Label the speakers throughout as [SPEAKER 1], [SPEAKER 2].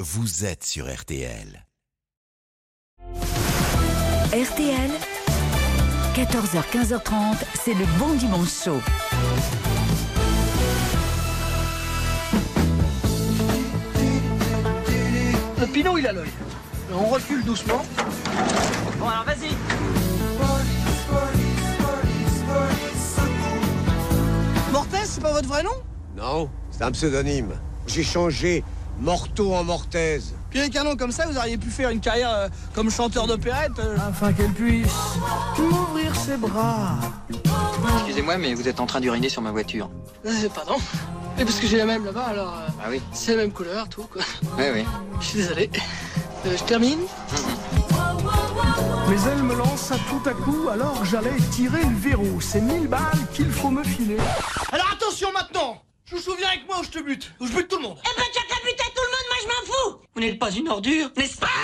[SPEAKER 1] vous êtes sur RTL.
[SPEAKER 2] RTL, 14h-15h30, c'est le Bon Dimanche Show.
[SPEAKER 3] Le Pinot, il a l'œil. On recule doucement.
[SPEAKER 4] Bon, alors vas-y.
[SPEAKER 3] Mortez, c'est pas votre vrai nom?
[SPEAKER 5] Non, c'est un pseudonyme. J'ai changé Morteau en Mortaise.
[SPEAKER 3] Puis avec un nom comme ça, vous auriez pu faire une carrière comme chanteur d'opérette.
[SPEAKER 6] Afin qu'elle puisse m'ouvrir ses bras.
[SPEAKER 4] Excusez-moi, mais vous êtes en train d'uriner sur ma voiture.
[SPEAKER 3] Pardon. Et parce que j'ai la même là-bas, alors
[SPEAKER 4] Ah oui.
[SPEAKER 3] c'est la même couleur, tout quoi.
[SPEAKER 4] Oui, oui.
[SPEAKER 3] Je suis désolé. Je termine.
[SPEAKER 6] Mais elle me lança tout à coup alors que j'allais tirer le verrou. C'est 1000 balles qu'il faut me filer.
[SPEAKER 3] Alors attention maintenant. Je vous souviens avec moi où je te bute. Où je bute tout le monde.
[SPEAKER 7] Eh ben, tu as qu'à buter tout le monde, moi je m'en fous.
[SPEAKER 3] Vous n'êtes pas une ordure, n'est-ce pas?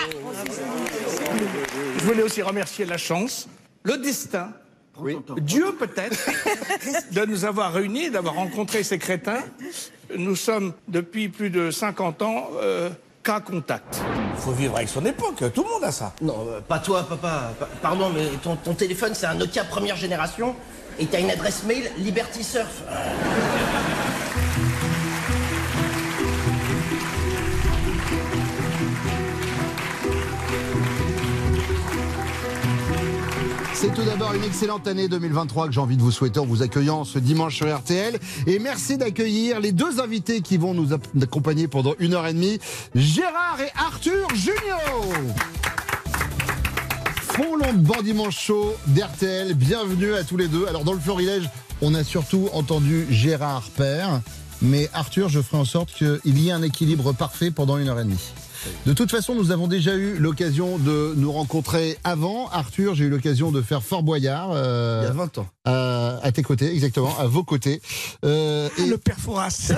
[SPEAKER 6] Je voulais aussi remercier la chance, le destin, Dieu peut-être, de nous avoir réunis, d'avoir rencontré ces crétins. Nous sommes depuis plus de 50 ans cas contact.
[SPEAKER 8] Il faut vivre avec son époque, tout le monde a ça.
[SPEAKER 9] Non, pas toi, papa. Pardon, mais ton téléphone, c'est un Nokia première génération et t'as une adresse mail Liberty Surf.
[SPEAKER 10] C'est tout d'abord une excellente année 2023 que j'ai envie de vous souhaiter en vous accueillant ce dimanche sur RTL. Et merci d'accueillir les deux invités qui vont nous accompagner pendant 1h30, Gérard et Arthur Junior. Fond long de Bon Dimanche Show d'RTL, bienvenue à tous les deux. Alors dans le florilège, on a surtout entendu Gérard père, mais Arthur, je ferai en sorte qu'il y ait un équilibre parfait pendant 1h30. De toute façon, nous avons déjà eu l'occasion de nous rencontrer avant. Arthur, j'ai eu l'occasion de faire Fort Boyard.
[SPEAKER 5] Il y a 20 ans.
[SPEAKER 10] À tes côtés, exactement, à vos côtés.
[SPEAKER 6] Le père Fouras.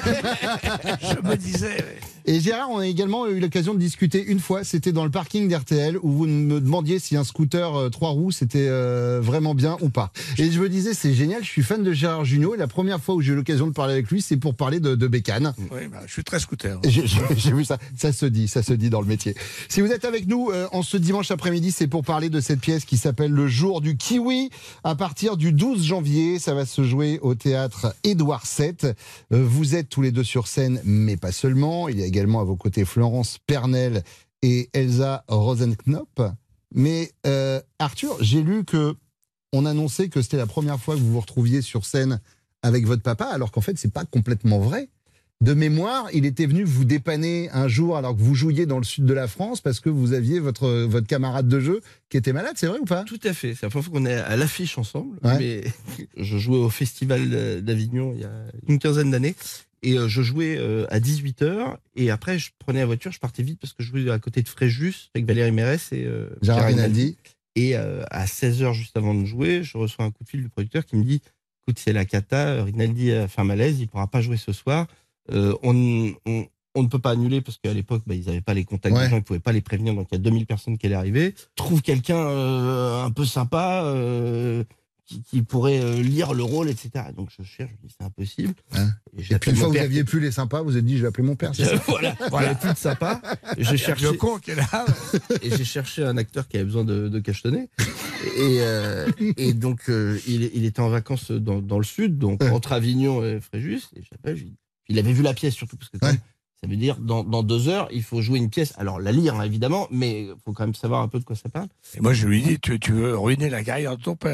[SPEAKER 6] Je me disais...
[SPEAKER 10] Et Gérard, on a également eu l'occasion de discuter une fois, c'était dans le parking d'RTL, où vous me demandiez si un scooter 3 roues, c'était vraiment bien ou pas. Et je me disais, c'est génial, je suis fan de Gérard Jugnot, et la première fois où j'ai eu l'occasion de parler avec lui, c'est pour parler de bécane.
[SPEAKER 6] Oui, je suis très scooter.
[SPEAKER 10] J'ai vu ça, ça se dit dans le métier. Si vous êtes avec nous en ce dimanche après-midi, c'est pour parler de cette pièce qui s'appelle Le Jour du Kiwi. À partir du 12 janvier, ça va se jouer au théâtre Édouard VII. Vous êtes tous les deux sur scène, mais pas seulement. Il y a également à vos côtés Florence Pernel et Elsa Rosenknop. Mais Arthur, j'ai lu que on annonçait que c'était la première fois que vous vous retrouviez sur scène avec votre papa, alors qu'en fait, c'est pas complètement vrai. De mémoire, il était venu vous dépanner un jour alors que vous jouiez dans le sud de la France parce que vous aviez votre camarade de jeu qui était malade, c'est vrai ou pas?
[SPEAKER 11] Tout à fait, c'est la première fois qu'on est à l'affiche ensemble.
[SPEAKER 10] Ouais.
[SPEAKER 11] Mais je jouais au Festival d'Avignon il y a une quinzaine d'années et je jouais à 18h et après je prenais la voiture, je partais vite parce que je jouais à côté de Fréjus avec Valérie Mérès et
[SPEAKER 10] Gérard Rinaldi.
[SPEAKER 11] Et à 16h juste avant de jouer, je reçois un coup de fil du producteur qui me dit « Écoute, c'est la cata, Rinaldi a fait un malaise, il ne pourra pas jouer ce soir. » On ne peut pas annuler parce qu'à l'époque, ils n'avaient pas les contacts des gens, ils ne pouvaient pas les prévenir, donc il y a 2000 personnes qui allaient arriver. Trouve quelqu'un un peu sympa qui pourrait lire le rôle, etc. Donc je cherche, je dis c'est impossible.
[SPEAKER 10] Hein. Et puis une fois que vous n'aviez plus les sympas, vous avez dit je vais appeler mon père.
[SPEAKER 11] Voilà, plus de sympa. J'ai cherché
[SPEAKER 6] le con qui est là.
[SPEAKER 11] Et j'ai cherché un acteur qui avait besoin de cachetonner. Et donc il était en vacances dans le sud, donc entre Avignon et Fréjus. Et j'appelle, il avait vu la pièce surtout parce que ça veut dire dans 2 heures il faut jouer une pièce, alors la lire évidemment, mais il faut quand même savoir un peu de quoi ça parle.
[SPEAKER 6] Et moi je lui dis tu veux ruiner la carrière de ton père.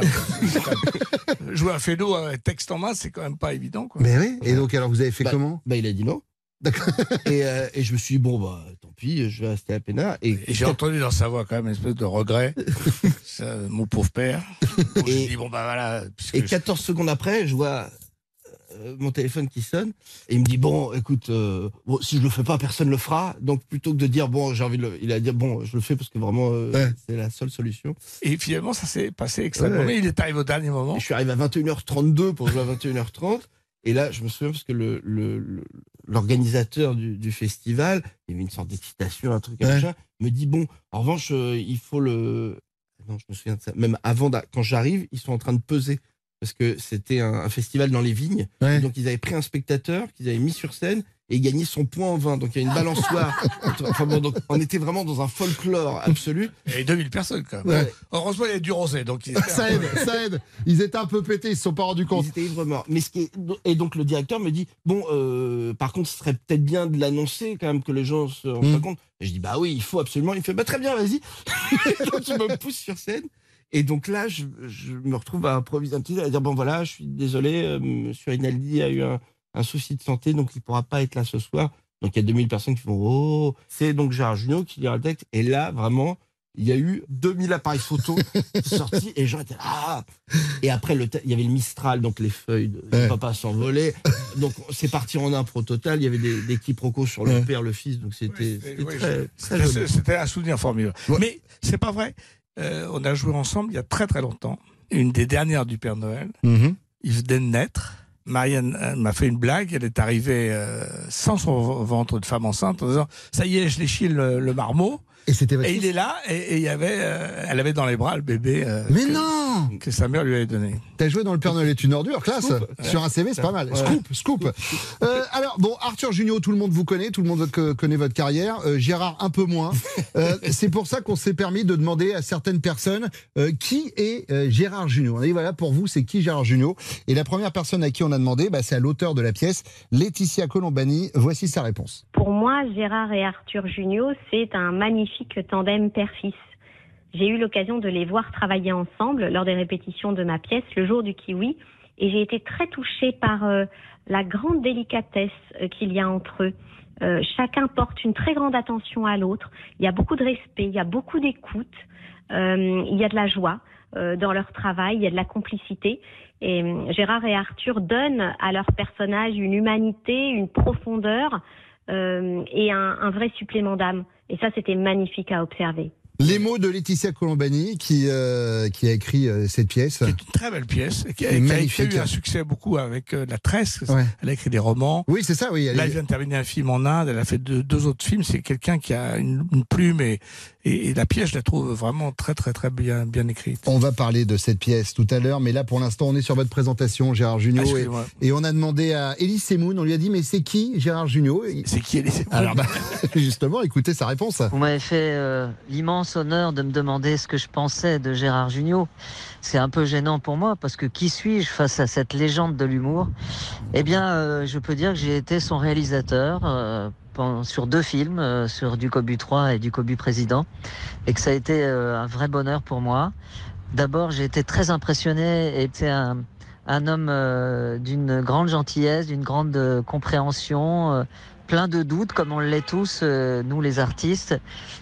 [SPEAKER 6] Jouer à Fédo avec texte en main, c'est quand même pas évident, quoi.
[SPEAKER 10] Mais oui. Et donc alors vous avez fait comment?
[SPEAKER 11] Il a dit non. D'accord. Et je me suis dit tant pis, je vais rester à Pénard. Et
[SPEAKER 6] j'ai entendu dans sa voix quand même une espèce de regret. Ça, mon pauvre père. Donc, je me dis voilà.
[SPEAKER 11] Et 14 secondes après, je vois mon téléphone qui sonne et il me dit écoute, si je le fais pas, personne le fera. Donc plutôt que de dire j'ai envie de il a dit je le fais parce que vraiment c'est la seule solution.
[SPEAKER 6] Et finalement ça s'est passé extrêmement bien. Il est arrivé au dernier moment.
[SPEAKER 11] Et je suis arrivé à 21h32 pour jouer à 21h30. Et là, je me souviens parce que l'organisateur du festival, il y avait une sorte d'excitation, un truc comme ça, me dit en revanche, il faut le. Non, je me souviens de ça. Même avant, quand j'arrive, ils sont en train de peser. Parce que c'était un festival dans les vignes. Donc ils avaient pris un spectateur qu'ils avaient mis sur scène et il gagnait son point en vin. Donc il y a une balançoire. Enfin bon, donc on était vraiment dans un folklore absolu.
[SPEAKER 6] Et 2000 personnes quand même.
[SPEAKER 11] Ouais.
[SPEAKER 6] Heureusement, il y a du rosé. Donc
[SPEAKER 10] Ça aide. Ils étaient un peu pétés, ils se sont pas rendus compte.
[SPEAKER 11] Ils étaient ivres morts. Et donc le directeur me dit, bon, par contre, ce serait peut-être bien de l'annoncer quand même, que les gens se rendent compte. Et je dis, bah oui, il faut absolument. Il fait, bah très bien, vas-y. Donc il me pousse sur scène. Et donc là, je me retrouve à improviser un petit peu, à dire, bon voilà, je suis désolé, monsieur Rinaldi a eu un souci de santé, donc il ne pourra pas être là ce soir. Donc il y a 2000 personnes qui font, oh. C'est donc Gérard Jugnot qui lira le texte. Et là, vraiment, il y a eu 2000 appareils photo sortis et les gens étaient là. Ah. Et après, il y avait le Mistral, donc les feuilles de papa s'envolaient. Donc c'est parti en impro total. Il y avait des quiproquos sur le père, le fils. Donc c'était très joli.
[SPEAKER 6] C'était un souvenir formidable. Ouais. Mais c'est pas vrai. On a joué ensemble il y a très très longtemps. Une des dernières du Père Noël. Il venait de naître. Marianne m'a fait une blague. Elle est arrivée sans son ventre de femme enceinte en disant « Ça y est, je léchis le marmot ». Et il est là, et il y avait, elle avait dans les bras le bébé que sa mère lui avait donné.
[SPEAKER 10] T'as joué dans Le Père Noël est une ordure, classe. Sur un CV, c'est pas mal. Scoop. Alors, bon, Arthur Jugnot, tout le monde vous connaît, tout le monde connaît votre carrière. Gérard, un peu moins. C'est pour ça qu'on s'est permis de demander à certaines personnes qui est Gérard Jugnot. On a dit, voilà, pour vous, c'est qui Gérard Jugnot? Et la première personne à qui on a demandé, c'est à l'auteur de la pièce, Laetitia Colombani. Voici sa réponse.
[SPEAKER 12] Pour moi, Gérard et Arthur Jugnot, c'est un magnifique tandem père-fils. J'ai eu l'occasion de les voir travailler ensemble lors des répétitions de ma pièce, Le jour du kiwi, et j'ai été très touchée par la grande délicatesse qu'il y a entre eux. Chacun porte une très grande attention à l'autre. Il y a beaucoup de respect, il y a beaucoup d'écoute, il y a de la joie dans leur travail, il y a de la complicité. Et Gérard et Arthur donnent à leur personnage une humanité, une profondeur et un vrai supplément d'âme. Et ça, c'était magnifique à observer.
[SPEAKER 10] Les mots de Laetitia Colombani qui a écrit cette pièce.
[SPEAKER 6] C'est une très belle pièce qui a eu un succès beaucoup avec La Tresse. Ouais. Elle a écrit des romans.
[SPEAKER 10] Oui, c'est ça. Oui.
[SPEAKER 6] Là, elle vient de terminer un film en Inde. Elle a fait deux autres films. C'est quelqu'un qui a une plume et la pièce, je la trouve vraiment très très très bien écrite.
[SPEAKER 10] On va parler de cette pièce tout à l'heure, mais là pour l'instant on est sur votre présentation, Gérard Jugnot, et on a demandé à Elie Semoun, on lui a dit mais c'est qui Gérard Jugnot?
[SPEAKER 6] C'est qui Elie Semoun?
[SPEAKER 10] Alors justement, écoutez sa réponse.
[SPEAKER 13] Vous m'avez fait l'immense honneur de me demander ce que je pensais de Gérard Jugnot. C'est un peu gênant pour moi parce que qui suis-je face à cette légende de l'humour? Eh bien, je peux dire que j'ai été son réalisateur sur 2 films, sur Ducobu 3 et Ducobu Président, et que ça a été un vrai bonheur pour moi. D'abord, j'ai été très impressionné, et c'est un homme d'une grande gentillesse, d'une grande compréhension, plein de doutes, comme on l'est tous, nous les artistes,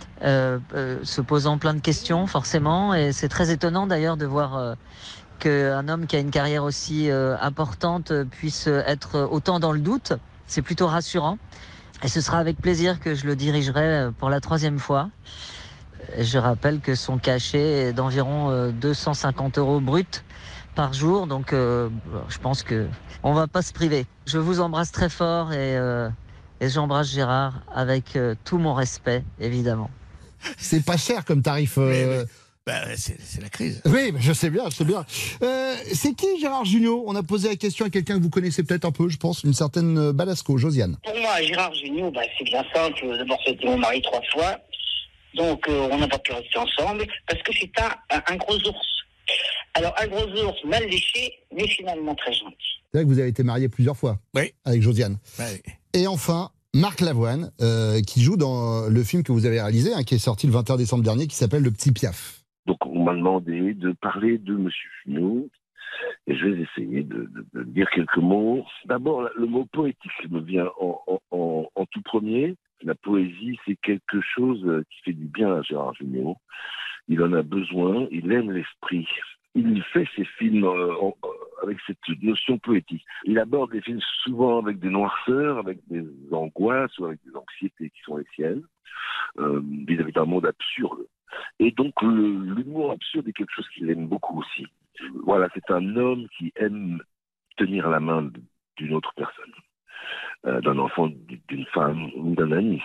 [SPEAKER 13] se posant plein de questions forcément, et c'est très étonnant d'ailleurs de voir qu'un homme qui a une carrière aussi importante puisse être autant dans le doute. C'est plutôt rassurant. Et ce sera avec plaisir que je le dirigerai pour la 3e fois. Je rappelle que son cachet est d'environ 250 € bruts par jour. Donc je pense qu'on ne va pas se priver. Je vous embrasse très fort et j'embrasse Gérard avec tout mon respect, évidemment.
[SPEAKER 10] C'est pas cher comme tarif.
[SPEAKER 6] C'est la crise.
[SPEAKER 10] Oui, je sais bien. C'est qui Gérard Jugnot? On a posé la question à quelqu'un que vous connaissez peut-être un peu, je pense, une certaine Balasco, Josiane.
[SPEAKER 14] Pour moi, Gérard Jugnot, c'est bien simple. D'abord, c'était mon mari 3 fois. Donc, on n'a pas pu rester ensemble parce que c'est un gros ours. Alors, un gros ours mal léché, mais finalement très gentil.
[SPEAKER 10] C'est vrai que vous avez été marié plusieurs fois avec Josiane.
[SPEAKER 6] Oui.
[SPEAKER 10] Et enfin, Marc Lavoine, qui joue dans le film que vous avez réalisé, qui est sorti le 21 décembre dernier, qui s'appelle Le Petit Piaf.
[SPEAKER 15] Donc on m'a demandé de parler de Monsieur Jugnot, et je vais essayer de dire quelques mots. D'abord, le mot poétique me vient en tout premier. La poésie, c'est quelque chose qui fait du bien à Gérard Jugnot. Il en a besoin, il aime l'esprit. Il fait ses films avec cette notion poétique. Il aborde les films souvent avec des noirceurs, avec des angoisses ou avec des anxiétés qui sont les siennes, vis-à-vis d'un monde absurde. Et donc l'humour absurde est quelque chose qu'il aime beaucoup aussi. Voilà, c'est un homme qui aime tenir la main d'une autre personne, d'un enfant, d'une femme ou d'un ami.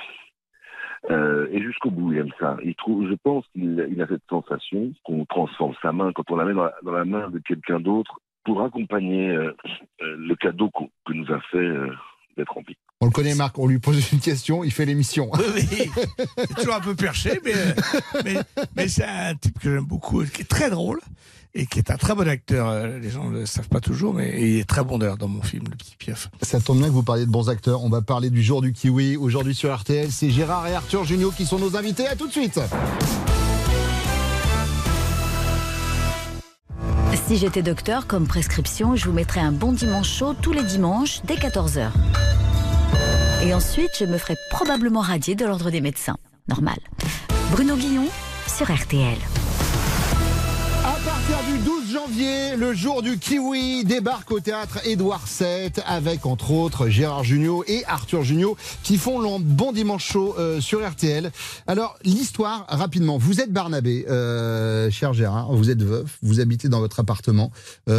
[SPEAKER 15] Et jusqu'au bout, il aime ça. Je pense qu'il a cette sensation qu'on transforme sa main quand on la met dans la main de quelqu'un d'autre pour accompagner le cadeau que nous a fait d'être en vie.
[SPEAKER 10] On le connaît, Marc, on lui pose une question, il fait l'émission.
[SPEAKER 6] Oui, c'est toujours un peu perché, mais c'est un type que j'aime beaucoup, qui est très drôle et qui est un très bon acteur. Les gens ne le savent pas toujours, mais il est très bon d'ailleurs dans mon film, Le Petit Piaf.
[SPEAKER 10] Ça tombe bien que vous parliez de bons acteurs. On va parler du jour du kiwi. Aujourd'hui sur RTL, c'est Gérard et Arthur Jugnot qui sont nos invités. À tout de suite.
[SPEAKER 2] Si j'étais docteur, comme prescription, je vous mettrais un bon dimanche chaud tous les dimanches dès 14h. Et ensuite, je me ferais probablement radier de l'ordre des médecins. Normal. Bruno Guillon sur RTL.
[SPEAKER 10] À partir du 12 janvier, le jour du kiwi débarque au théâtre Édouard VII avec entre autres Gérard Jugnot et Arthur Jugnot qui font le bon dimanche chaud sur RTL. Alors l'histoire rapidement, vous êtes Barnabé, cher Gérard, vous êtes veuf, vous habitez dans votre appartement,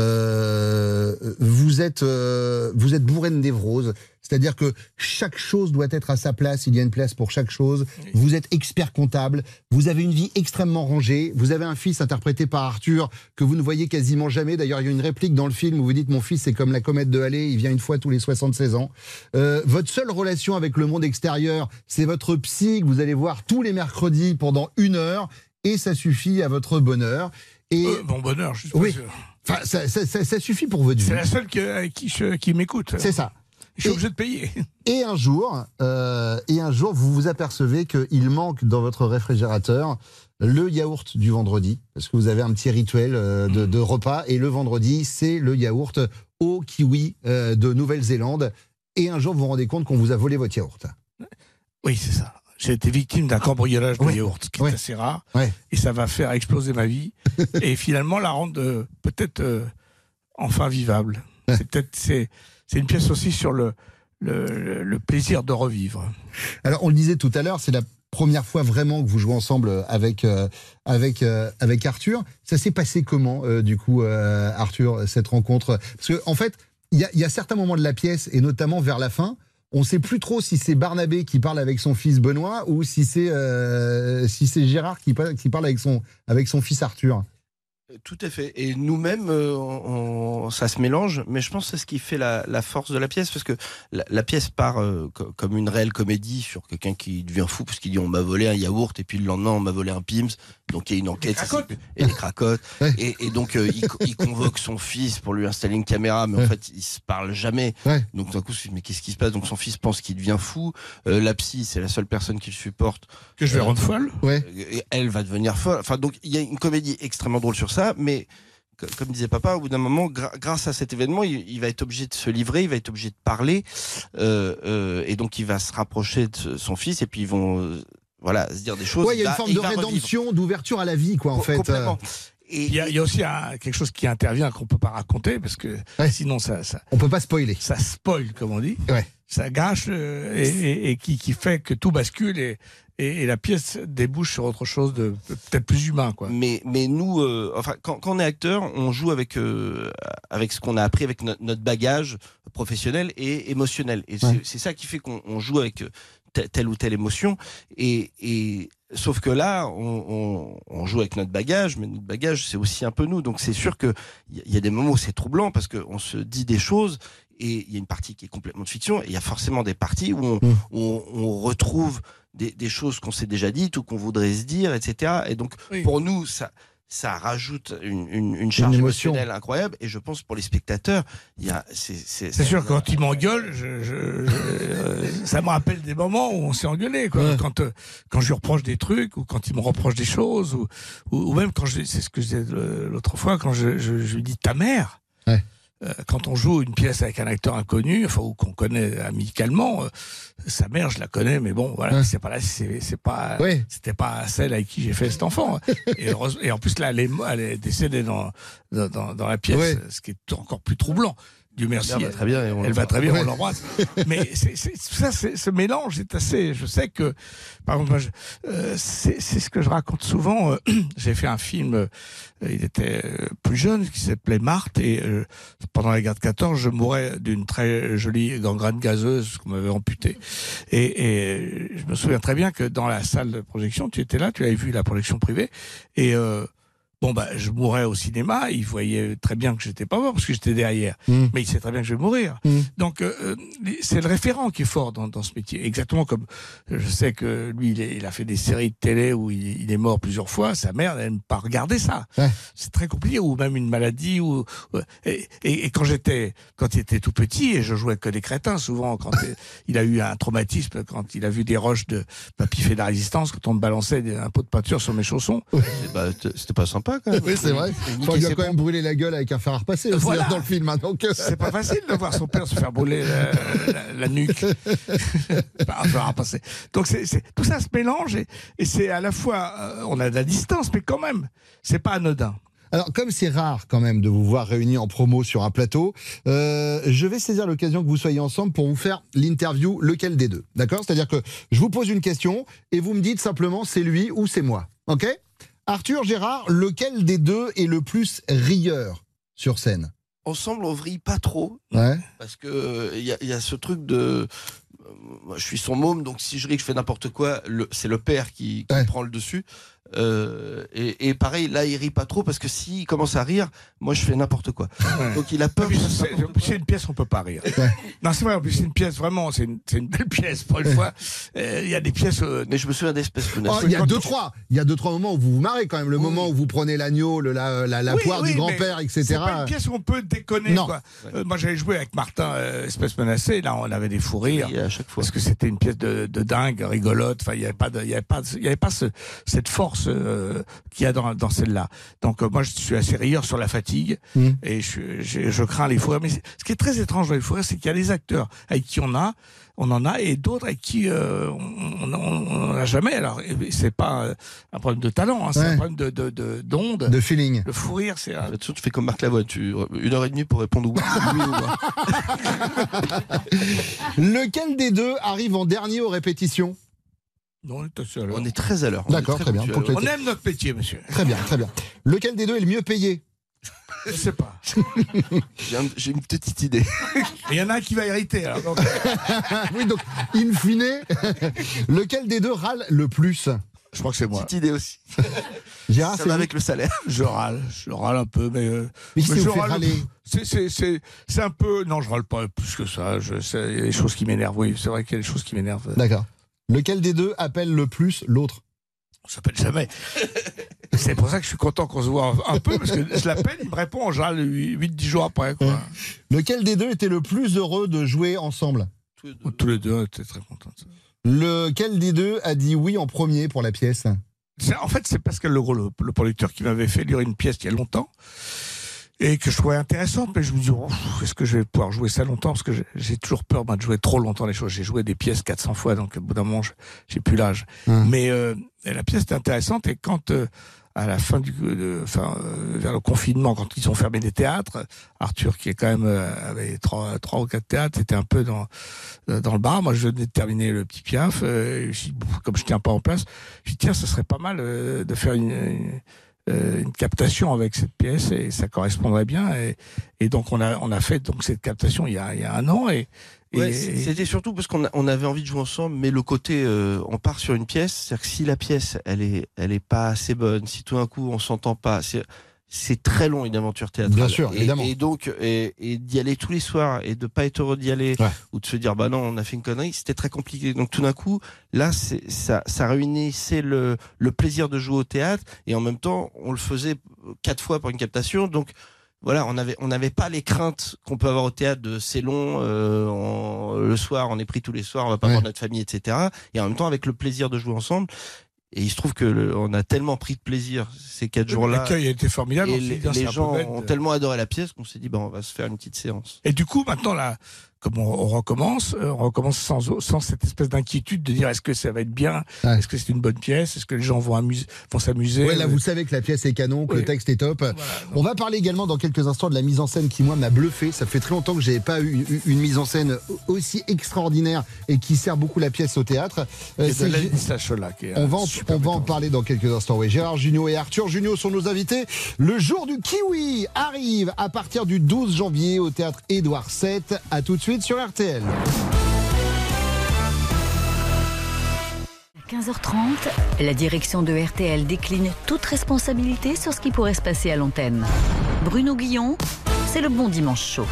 [SPEAKER 10] vous êtes bourré de névrose. C'est-à-dire que chaque chose doit être à sa place, il y a une place pour chaque chose. Oui. Vous êtes expert comptable, vous avez une vie extrêmement rangée, vous avez un fils interprété par Arthur que vous ne voyez quasiment jamais. D'ailleurs, il y a une réplique dans le film où vous dites « Mon fils, c'est comme la comète de Halley, il vient une fois tous les 76 ans ». Votre seule relation avec le monde extérieur, c'est votre psy que vous allez voir tous les mercredis pendant 1 heure et ça suffit à votre bonheur. Et
[SPEAKER 6] mon bonheur, je suis
[SPEAKER 10] oui.
[SPEAKER 6] sûr.
[SPEAKER 10] Enfin, ça suffit pour votre vie.
[SPEAKER 6] C'est la seule qui m'écoute.
[SPEAKER 10] C'est ça.
[SPEAKER 6] Je suis obligé de payer.
[SPEAKER 10] Et un jour, vous vous apercevez qu'il manque dans votre réfrigérateur le yaourt du vendredi, parce que vous avez un petit rituel de repas, et le vendredi, c'est le yaourt au kiwi de Nouvelle-Zélande. Et un jour, vous vous rendez compte qu'on vous a volé votre yaourt.
[SPEAKER 6] Oui, c'est ça. J'ai été victime d'un cambriolage de yaourt, ce qui est assez rare, et ça va faire exploser ma vie, et finalement la rendre peut-être enfin vivable. C'est une pièce aussi sur le plaisir de revivre. Alors, on le disait tout à l'heure, c'est la première fois vraiment que vous jouez ensemble avec Arthur. Ça s'est passé comment, du coup, Arthur, cette rencontre? Parce qu'en fait, il y a certains moments de la pièce, et notamment vers la fin, on ne sait plus trop si c'est Barnabé qui parle avec son fils Benoît ou si c'est Gérard qui parle avec son fils Arthur.
[SPEAKER 11] Tout à fait. Et nous-mêmes, ça se mélange, mais je pense que c'est ce qui fait la force de la pièce, parce que la pièce part comme une réelle comédie sur quelqu'un qui devient fou parce qu'il dit on m'a volé un yaourt et puis le lendemain on m'a volé un Pim's. Donc il y a une enquête et les cracottes. Et donc il convoque son fils pour lui installer une caméra, mais en fait ils se parlent jamais. Donc d'un coup, mais qu'est-ce qui se passe? Donc son fils pense qu'il devient fou. La psy, c'est la seule personne qui le supporte. Que je vais rendre folle. Et elle va devenir folle. Enfin donc il y a une comédie extrêmement drôle sur ça, mais comme disait papa, au bout d'un moment, grâce à cet événement, il va être obligé de se livrer, il va être obligé de parler, et donc il va se rapprocher de son fils, et puis ils vont se dire des choses.
[SPEAKER 10] Ouais, il y a une forme de rédemption, d'ouverture à la vie, quoi, en fait.
[SPEAKER 6] Complètement. Et il y a aussi quelque chose qui intervient qu'on peut pas raconter, parce que sinon ça
[SPEAKER 10] on peut pas spoiler.
[SPEAKER 6] Ça spoil, comme on dit. Ça gâche et qui fait que tout bascule et la pièce débouche sur autre chose de peut-être plus humain, quoi.
[SPEAKER 11] Mais nous, quand on est acteur, on joue avec ce qu'on a appris, avec notre bagage professionnel et émotionnel. Et c'est ça qui fait qu'on joue avec telle ou telle émotion. Et sauf que là, on joue avec notre bagage, mais notre bagage, c'est aussi un peu nous. Donc c'est sûr qu'il y a des moments où c'est troublant, parce qu'on se dit des choses, et il y a une partie qui est complètement de fiction, et il y a forcément des parties où on retrouve des choses qu'on s'est déjà dites ou qu'on voudrait se dire, etc. Et donc, pour nous, ça rajoute une charge émotionnelle incroyable. Et je pense pour les spectateurs, c'est
[SPEAKER 6] sûr, quand ils m'engueulent, ça me rappelle des moments où on s'est engueulé, quoi. Quand je lui reproche des trucs, ou quand il me reproche des choses, ou même quand c'est ce que je disais l'autre fois, quand je lui dis ta mère. Quand on joue une pièce avec un acteur inconnu, ou qu'on connaît amicalement, sa mère, je la connais, mais bon, voilà, c'était pas celle avec qui j'ai fait cet enfant. Et en plus, là, elle est décédée dans la pièce, ce qui est encore plus troublant. Dieu merci, elle va très bien, on l'embrasse. Mais ce mélange est assez. Je sais que, par exemple, c'est ce que je raconte souvent. J'ai fait un film, il était plus jeune, qui s'appelait Marthe, et pendant la guerre de 14, je mourais d'une très jolie gangrène gazeuse qu'on m'avait amputée. Et je me souviens très bien que dans la salle de projection, tu étais là, tu avais vu la projection privée, et Bon, je mourrais au cinéma, il voyait très bien que j'étais pas mort parce que j'étais derrière. Mais il sait très bien que je vais mourir. Donc, c'est le référent qui est fort dans ce métier. Exactement comme je sais que lui, il a fait des séries de télé où il est mort plusieurs fois. Sa mère n'aime pas regarder ça. Ouais. C'est très compliqué. Ou même une maladie. Et quand il était tout petit, et je jouais que des crétins, souvent, quand il a eu un traumatisme, quand il a vu des roches de papy fait de la résistance, quand on me balançait un pot de peinture sur mes chaussons.
[SPEAKER 11] C'était pas sympa. Quand même.
[SPEAKER 10] Oui, c'est vrai. Il lui a quand même brûlé la gueule avec un fer à repasser aussi dans le film. Donc...
[SPEAKER 6] C'est pas facile de voir son père se faire brûler la nuque par un fer à repasser. Donc tout ça se mélange et c'est à la fois, on a de la distance, mais quand même, c'est pas anodin.
[SPEAKER 10] Alors, comme c'est rare quand même de vous voir réunis en promo sur un plateau, je vais saisir l'occasion que vous soyez ensemble pour vous faire l'interview lequel des deux. D'accord ? C'est-à-dire que je vous pose une question et vous me dites simplement c'est lui ou c'est moi. Ok ? Arthur, Gérard, lequel des deux est le plus rieur sur scène ?
[SPEAKER 11] Ensemble, on vrille pas trop.
[SPEAKER 10] Ouais.
[SPEAKER 11] Parce que il y a ce truc de... je suis son môme, donc si je ris que je fais n'importe quoi, c'est le père qui prend le dessus. Et pareil, là, il rit pas trop parce que s'il commence à rire, moi, je fais n'importe quoi. Ouais. Donc, il a peur.
[SPEAKER 6] C'est une pièce, on peut pas rire. Ouais. Non, c'est vrai. En plus, c'est une pièce vraiment. C'est une belle pièce pour une fois. Il y a des pièces.
[SPEAKER 11] Mais je me souviens d'espèces menaces.
[SPEAKER 10] Il y a deux, trois moments où vous vous marrez quand même. Le moment où vous prenez l'agneau, la poire du grand-père, etc.
[SPEAKER 6] C'est pas une pièce où on peut déconner.
[SPEAKER 10] Non.
[SPEAKER 6] Quoi. Moi, j'avais joué avec Martin, espèce menacée. Là, on avait des fous rires.
[SPEAKER 11] À chaque fois.
[SPEAKER 6] Parce que c'était une pièce de dingue, rigolote. Enfin, il y avait pas cette force qu'il y a dans celle-là. Donc moi je suis assez rieur sur la fatigue et je crains les fous rires. Mais ce qui est très étrange dans les fous rires, c'est qu'il y a des acteurs avec qui on en a et d'autres avec qui on n'en a jamais. Alors c'est pas un problème de talent, c'est un problème d'onde,
[SPEAKER 10] de feeling.
[SPEAKER 6] Le fou rire, c'est
[SPEAKER 11] tu fais comme Marc Lavoine, 1h30 pour répondre oui ou moi.
[SPEAKER 10] Lequel des deux arrive en dernier aux répétitions ?
[SPEAKER 6] Non,
[SPEAKER 11] on est très à l'heure.
[SPEAKER 10] D'accord, très bien.
[SPEAKER 6] On aime notre métier, monsieur.
[SPEAKER 10] Très bien, très bien. Lequel des deux est le mieux payé ?
[SPEAKER 6] Je sais pas.
[SPEAKER 11] J'ai une petite idée.
[SPEAKER 6] Il y en a un qui va hériter. Alors, donc...
[SPEAKER 10] oui, donc, in fine, lequel des deux râle le plus ?
[SPEAKER 6] Je crois que c'est moi.
[SPEAKER 11] Petite idée aussi.
[SPEAKER 10] Gérard,
[SPEAKER 11] ça va avec le salaire.
[SPEAKER 6] Je râle un peu, mais
[SPEAKER 10] je râle.
[SPEAKER 6] C'est un peu. Non, je râle pas plus que ça. Il y a des choses qui m'énervent. Oui, c'est vrai qu'il y a des choses qui m'énervent.
[SPEAKER 10] D'accord. Lequel des deux appelle le plus l'autre ?
[SPEAKER 6] On s'appelle jamais. C'est pour ça que je suis content qu'on se voit un peu, parce que je l'appelle, il me répond en général 8-10 jours après. Quoi.
[SPEAKER 10] Lequel des deux était le plus heureux de jouer ensemble ?
[SPEAKER 6] Tous les deux, on était très contents.
[SPEAKER 10] Lequel des deux a dit oui en premier pour la pièce ?
[SPEAKER 6] En fait, c'est Pascal Leroux, le producteur, qui m'avait fait lire une pièce il y a longtemps. Et que je trouvais intéressante, mais je me dis, est-ce que je vais pouvoir jouer ça longtemps ? Parce que j'ai toujours peur de jouer trop longtemps les choses. J'ai joué des pièces 400 fois, donc au bout d'un moment, j'ai plus l'âge. Mais la pièce était intéressante, et quand, à la fin vers le confinement, quand ils ont fermé les théâtres, Arthur, qui est quand même avait 3 ou 4 théâtres, était un peu dans le bar. Moi, je venais de terminer le Petit Piaf, comme je tiens pas en place, je dis, tiens, ça serait pas mal de faire une captation avec cette pièce, et ça correspondrait bien, et donc on a fait donc cette captation il y a un an, et
[SPEAKER 11] c'était surtout parce qu'on avait envie de jouer ensemble, mais le côté on part sur une pièce, c'est-à-dire que si la pièce elle est pas assez bonne, si tout d'un coup on s'entend pas, c'est très long une aventure théâtrale.
[SPEAKER 10] Bien sûr, évidemment.
[SPEAKER 11] Et donc d'y aller tous les soirs et de pas être heureux d'y aller, ou de se dire bah non, on a fait une connerie, c'était très compliqué. Donc tout d'un coup, là ça réunissait le plaisir de jouer au théâtre, et en même temps on le faisait 4 fois pour une captation. Donc voilà, on n'avait pas les craintes qu'on peut avoir au théâtre de c'est long, le soir on est pris tous les soirs, on va pas voir notre famille, etc. Et en même temps avec le plaisir de jouer ensemble. Et il se trouve que on a tellement pris de plaisir ces 4 jours-là.
[SPEAKER 6] L'accueil a été formidable.
[SPEAKER 11] Et les gens ont tellement adoré la pièce qu'on s'est dit, on va se faire une petite séance.
[SPEAKER 6] Et du coup, maintenant, là, comme on recommence sans cette espèce d'inquiétude de dire est-ce que ça va être bien, est-ce que c'est une bonne pièce, est-ce que les gens vont s'amuser.
[SPEAKER 10] Ouais, là, vous savez que la pièce est canon, que le texte est top. Voilà, on va parler également dans quelques instants de la mise en scène qui, moi, m'a bluffé. Ça fait très longtemps que j'avais pas eu une mise en scène aussi extraordinaire et qui sert beaucoup la pièce au théâtre. On va en parler dans quelques instants. Oui, Gérard Jugnot et Arthur Jugnot sont nos invités. Le jour du kiwi arrive à partir du 12 janvier au théâtre Édouard VII. À tout de suite sur RTL.
[SPEAKER 2] 15h30, la direction de RTL décline toute responsabilité sur ce qui pourrait se passer à l'antenne. Bruno Guillon, c'est le Bon Dimanche Show.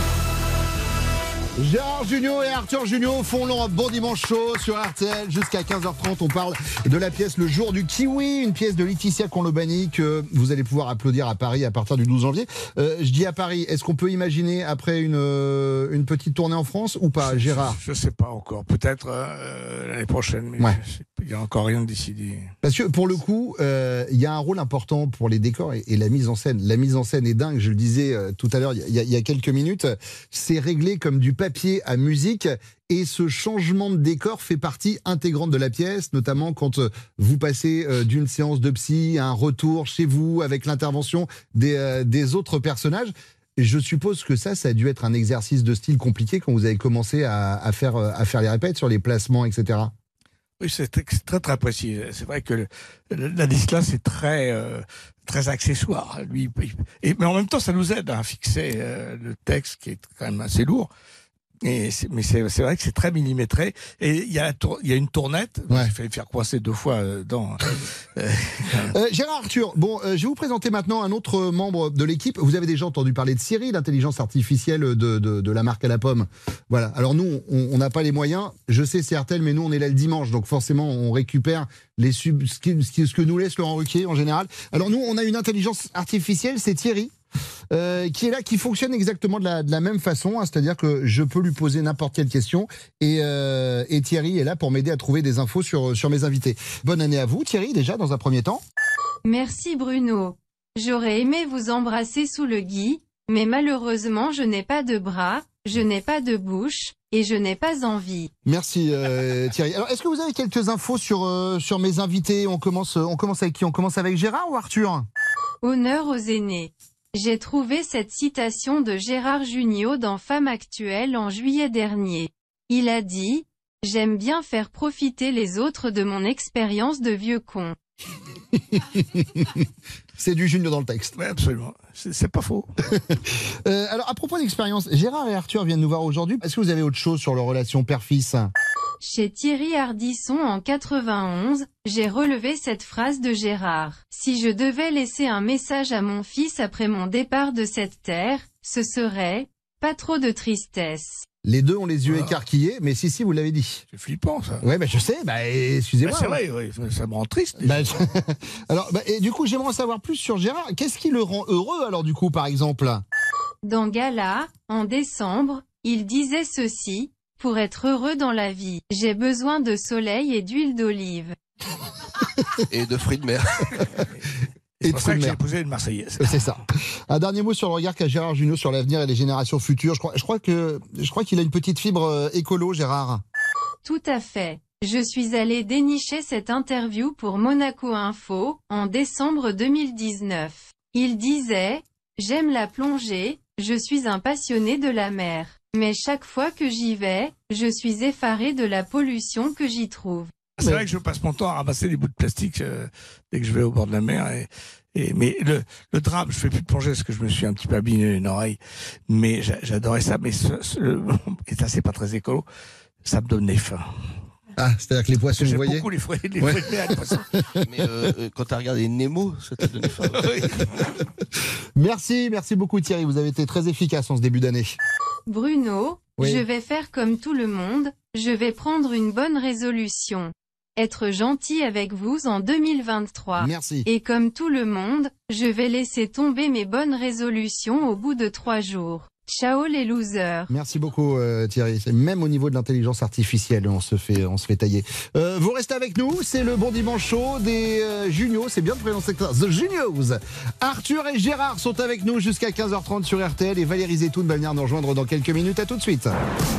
[SPEAKER 10] Gérard Jugnot et Arthur Jugnot font leur Bon Dimanche Show sur RTL jusqu'à 15h30. On parle de la pièce Le Jour du Kiwi, une pièce de Laetitia Conlobani que vous allez pouvoir applaudir à Paris à partir du 12 janvier. Je dis à Paris, est-ce qu'on peut imaginer après une petite tournée en France ou pas, Gérard?
[SPEAKER 6] Je sais pas encore, peut-être l'année prochaine, mais il n'y a encore rien de décidé.
[SPEAKER 10] Parce que pour le coup, il y a un rôle important pour les décors et la mise en scène. La mise en scène est dingue, je le disais tout à l'heure, il y a quelques minutes. C'est réglé comme du papier à musique et ce changement de décor fait partie intégrante de la pièce, notamment quand vous passez d'une séance de psy à un retour chez vous avec l'intervention des autres personnages. Je suppose que ça a dû être un exercice de style compliqué quand vous avez commencé à faire les répètes sur les placements, etc.
[SPEAKER 6] Oui, c'est très très précis. C'est vrai que Ladislas c'est très accessoire. Mais en même temps, ça nous aide à fixer le texte qui est quand même assez lourd. Mais c'est vrai que c'est très millimétré et il y a une tournette. J'ai failli me faire coincer 2 fois dans.
[SPEAKER 10] Gérard, Arthur, bon, je vais vous présenter maintenant un autre membre de l'équipe. Vous avez déjà entendu parler de Siri, l'intelligence artificielle de la marque à la pomme. Voilà. Alors nous, on n'a pas les moyens. Je sais c'est RTL, mais nous on est là le dimanche, donc forcément on récupère ce que nous laisse Laurent Ruquier en général. Alors nous, on a une intelligence artificielle, c'est Thierry. Qui est là, qui fonctionne exactement de la même façon, hein, c'est-à-dire que je peux lui poser n'importe quelle question et Thierry est là pour m'aider à trouver des infos sur mes invités. Bonne année à vous Thierry, déjà dans un premier temps.
[SPEAKER 16] Merci Bruno. J'aurais aimé vous embrasser sous le gui, mais malheureusement je n'ai pas de bras, je n'ai pas de bouche et je n'ai pas envie.
[SPEAKER 10] Merci Thierry. Alors est-ce que vous avez quelques infos sur mes invités? On commence avec qui? On commence avec Gérard ou Arthur?
[SPEAKER 16] Honneur aux aînés. J'ai trouvé cette citation de Gérard Jugnot dans Femme Actuelle en juillet dernier. Il a dit « J'aime bien faire profiter les autres de mon expérience de vieux con ».
[SPEAKER 10] C'est du Jugnot dans le texte.
[SPEAKER 6] Oui, absolument. C'est pas faux.
[SPEAKER 10] Alors, à propos d'expérience, Gérard et Arthur viennent nous voir aujourd'hui. Est-ce que vous avez autre chose sur leur relation père-fils?
[SPEAKER 16] Chez Thierry Ardisson en 91, j'ai relevé cette phrase de Gérard. Si je devais laisser un message à mon fils après mon départ de cette terre, ce serait « pas trop de tristesse ».
[SPEAKER 10] Les deux ont les yeux écarquillés, mais si, vous l'avez dit.
[SPEAKER 6] C'est flippant, ça.
[SPEAKER 10] Ouais, je sais, excusez-moi.
[SPEAKER 6] C'est vrai, oui, ça me rend triste.
[SPEAKER 10] Alors, et du coup, j'aimerais en savoir plus sur Gérard. Qu'est-ce qui le rend heureux, alors, du coup, par exemple?
[SPEAKER 16] Dans Gala, en décembre, il disait ceci: « Pour être heureux dans la vie, j'ai besoin de soleil et d'huile d'olive. »
[SPEAKER 17] Et de fruits de mer.
[SPEAKER 6] C'est pour ça que j'ai épousé une Marseillaise.
[SPEAKER 10] C'est ça. Un dernier mot sur le regard qu'a Gérard Jugnot sur l'avenir et les générations futures. Je crois qu'il a une petite fibre écolo, Gérard.
[SPEAKER 16] Tout à fait. Je suis allé dénicher cette interview pour Monaco Info, en décembre 2019. Il disait « J'aime la plongée, je suis un passionné de la mer. Mais chaque fois que j'y vais, je suis effaré de la pollution que j'y trouve. »
[SPEAKER 6] C'est vrai que je passe mon temps à ramasser des bouts de plastique dès que je vais au bord de la mer. Mais le drame, je fais plus de plongée parce que je me suis un petit peu abîmé une oreille. Mais j'adorais ça. Mais et ça, c'est pas très écolo. Ça me donnait faim.
[SPEAKER 10] Ah, c'est-à-dire que les poissons, vous voyez.
[SPEAKER 6] J'aime beaucoup les fruits de mer, les poissons.
[SPEAKER 17] Mais quand tu as regardé Nemo, ça t'a donné faim.
[SPEAKER 10] Merci beaucoup Thierry. Vous avez été très efficace en ce début d'année.
[SPEAKER 16] Bruno, je vais faire comme tout le monde. Je vais prendre une bonne résolution. Être gentil avec vous en 2023.
[SPEAKER 10] Merci.
[SPEAKER 16] Et comme tout le monde, je vais laisser tomber mes bonnes résolutions au bout de 3 jours. Ciao les losers.
[SPEAKER 10] Merci beaucoup Thierry. Même au niveau de l'intelligence artificielle, on se fait tailler. Vous restez avec nous, c'est le Bon Dimanche Show des Juniors, c'est bien de prononcer ça. The Juniors. Arthur et Gérard sont avec nous jusqu'à 15h30 sur RTL et Valérie Zetoun va venir nous rejoindre dans quelques minutes. À tout de suite.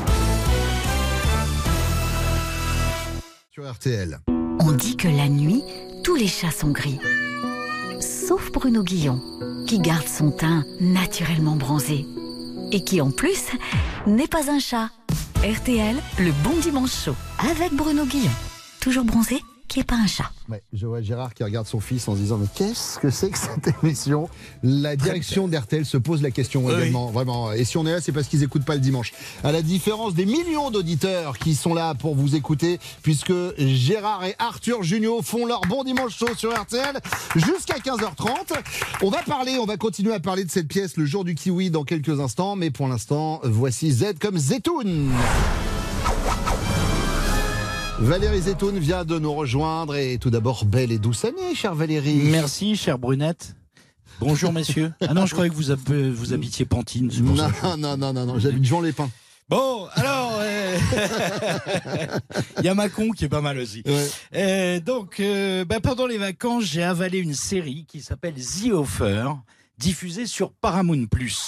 [SPEAKER 10] Sur RTL.
[SPEAKER 2] On dit que la nuit, tous les chats sont gris. Sauf Bruno Guillon, qui garde son teint naturellement bronzé. Et qui en plus n'est pas un chat. RTL, le Bon Dimanche Show avec Bruno Guillon. Toujours bronzé, qui n'est pas un chat.
[SPEAKER 10] Ouais, je vois Gérard qui regarde son fils en se disant mais qu'est-ce que c'est que cette émission? La direction d'RTL se pose la question également, vraiment. Et si on est là, c'est parce qu'ils n'écoutent pas le dimanche. À la différence des millions d'auditeurs qui sont là pour vous écouter, puisque Gérard et Arthur Junio font leur bon dimanche chaud sur RTL jusqu'à 15h30. On va continuer à parler de cette pièce, Le jour du kiwi, dans quelques instants. Mais pour l'instant, voici Z comme Zetoun. Valérie Zetoun vient de nous rejoindre et tout d'abord, belle et douce année, chère Valérie.
[SPEAKER 18] Merci, chère Brunette. Bonjour, messieurs. Ah non, je croyais que vous habitiez Pantine.
[SPEAKER 10] Non, j'habite Jean-Lépin.
[SPEAKER 18] Bon, alors, il y a Mâcon qui est pas mal aussi. Ouais. Pendant les vacances, j'ai avalé une série qui s'appelle The Offer, diffusée sur Paramount+.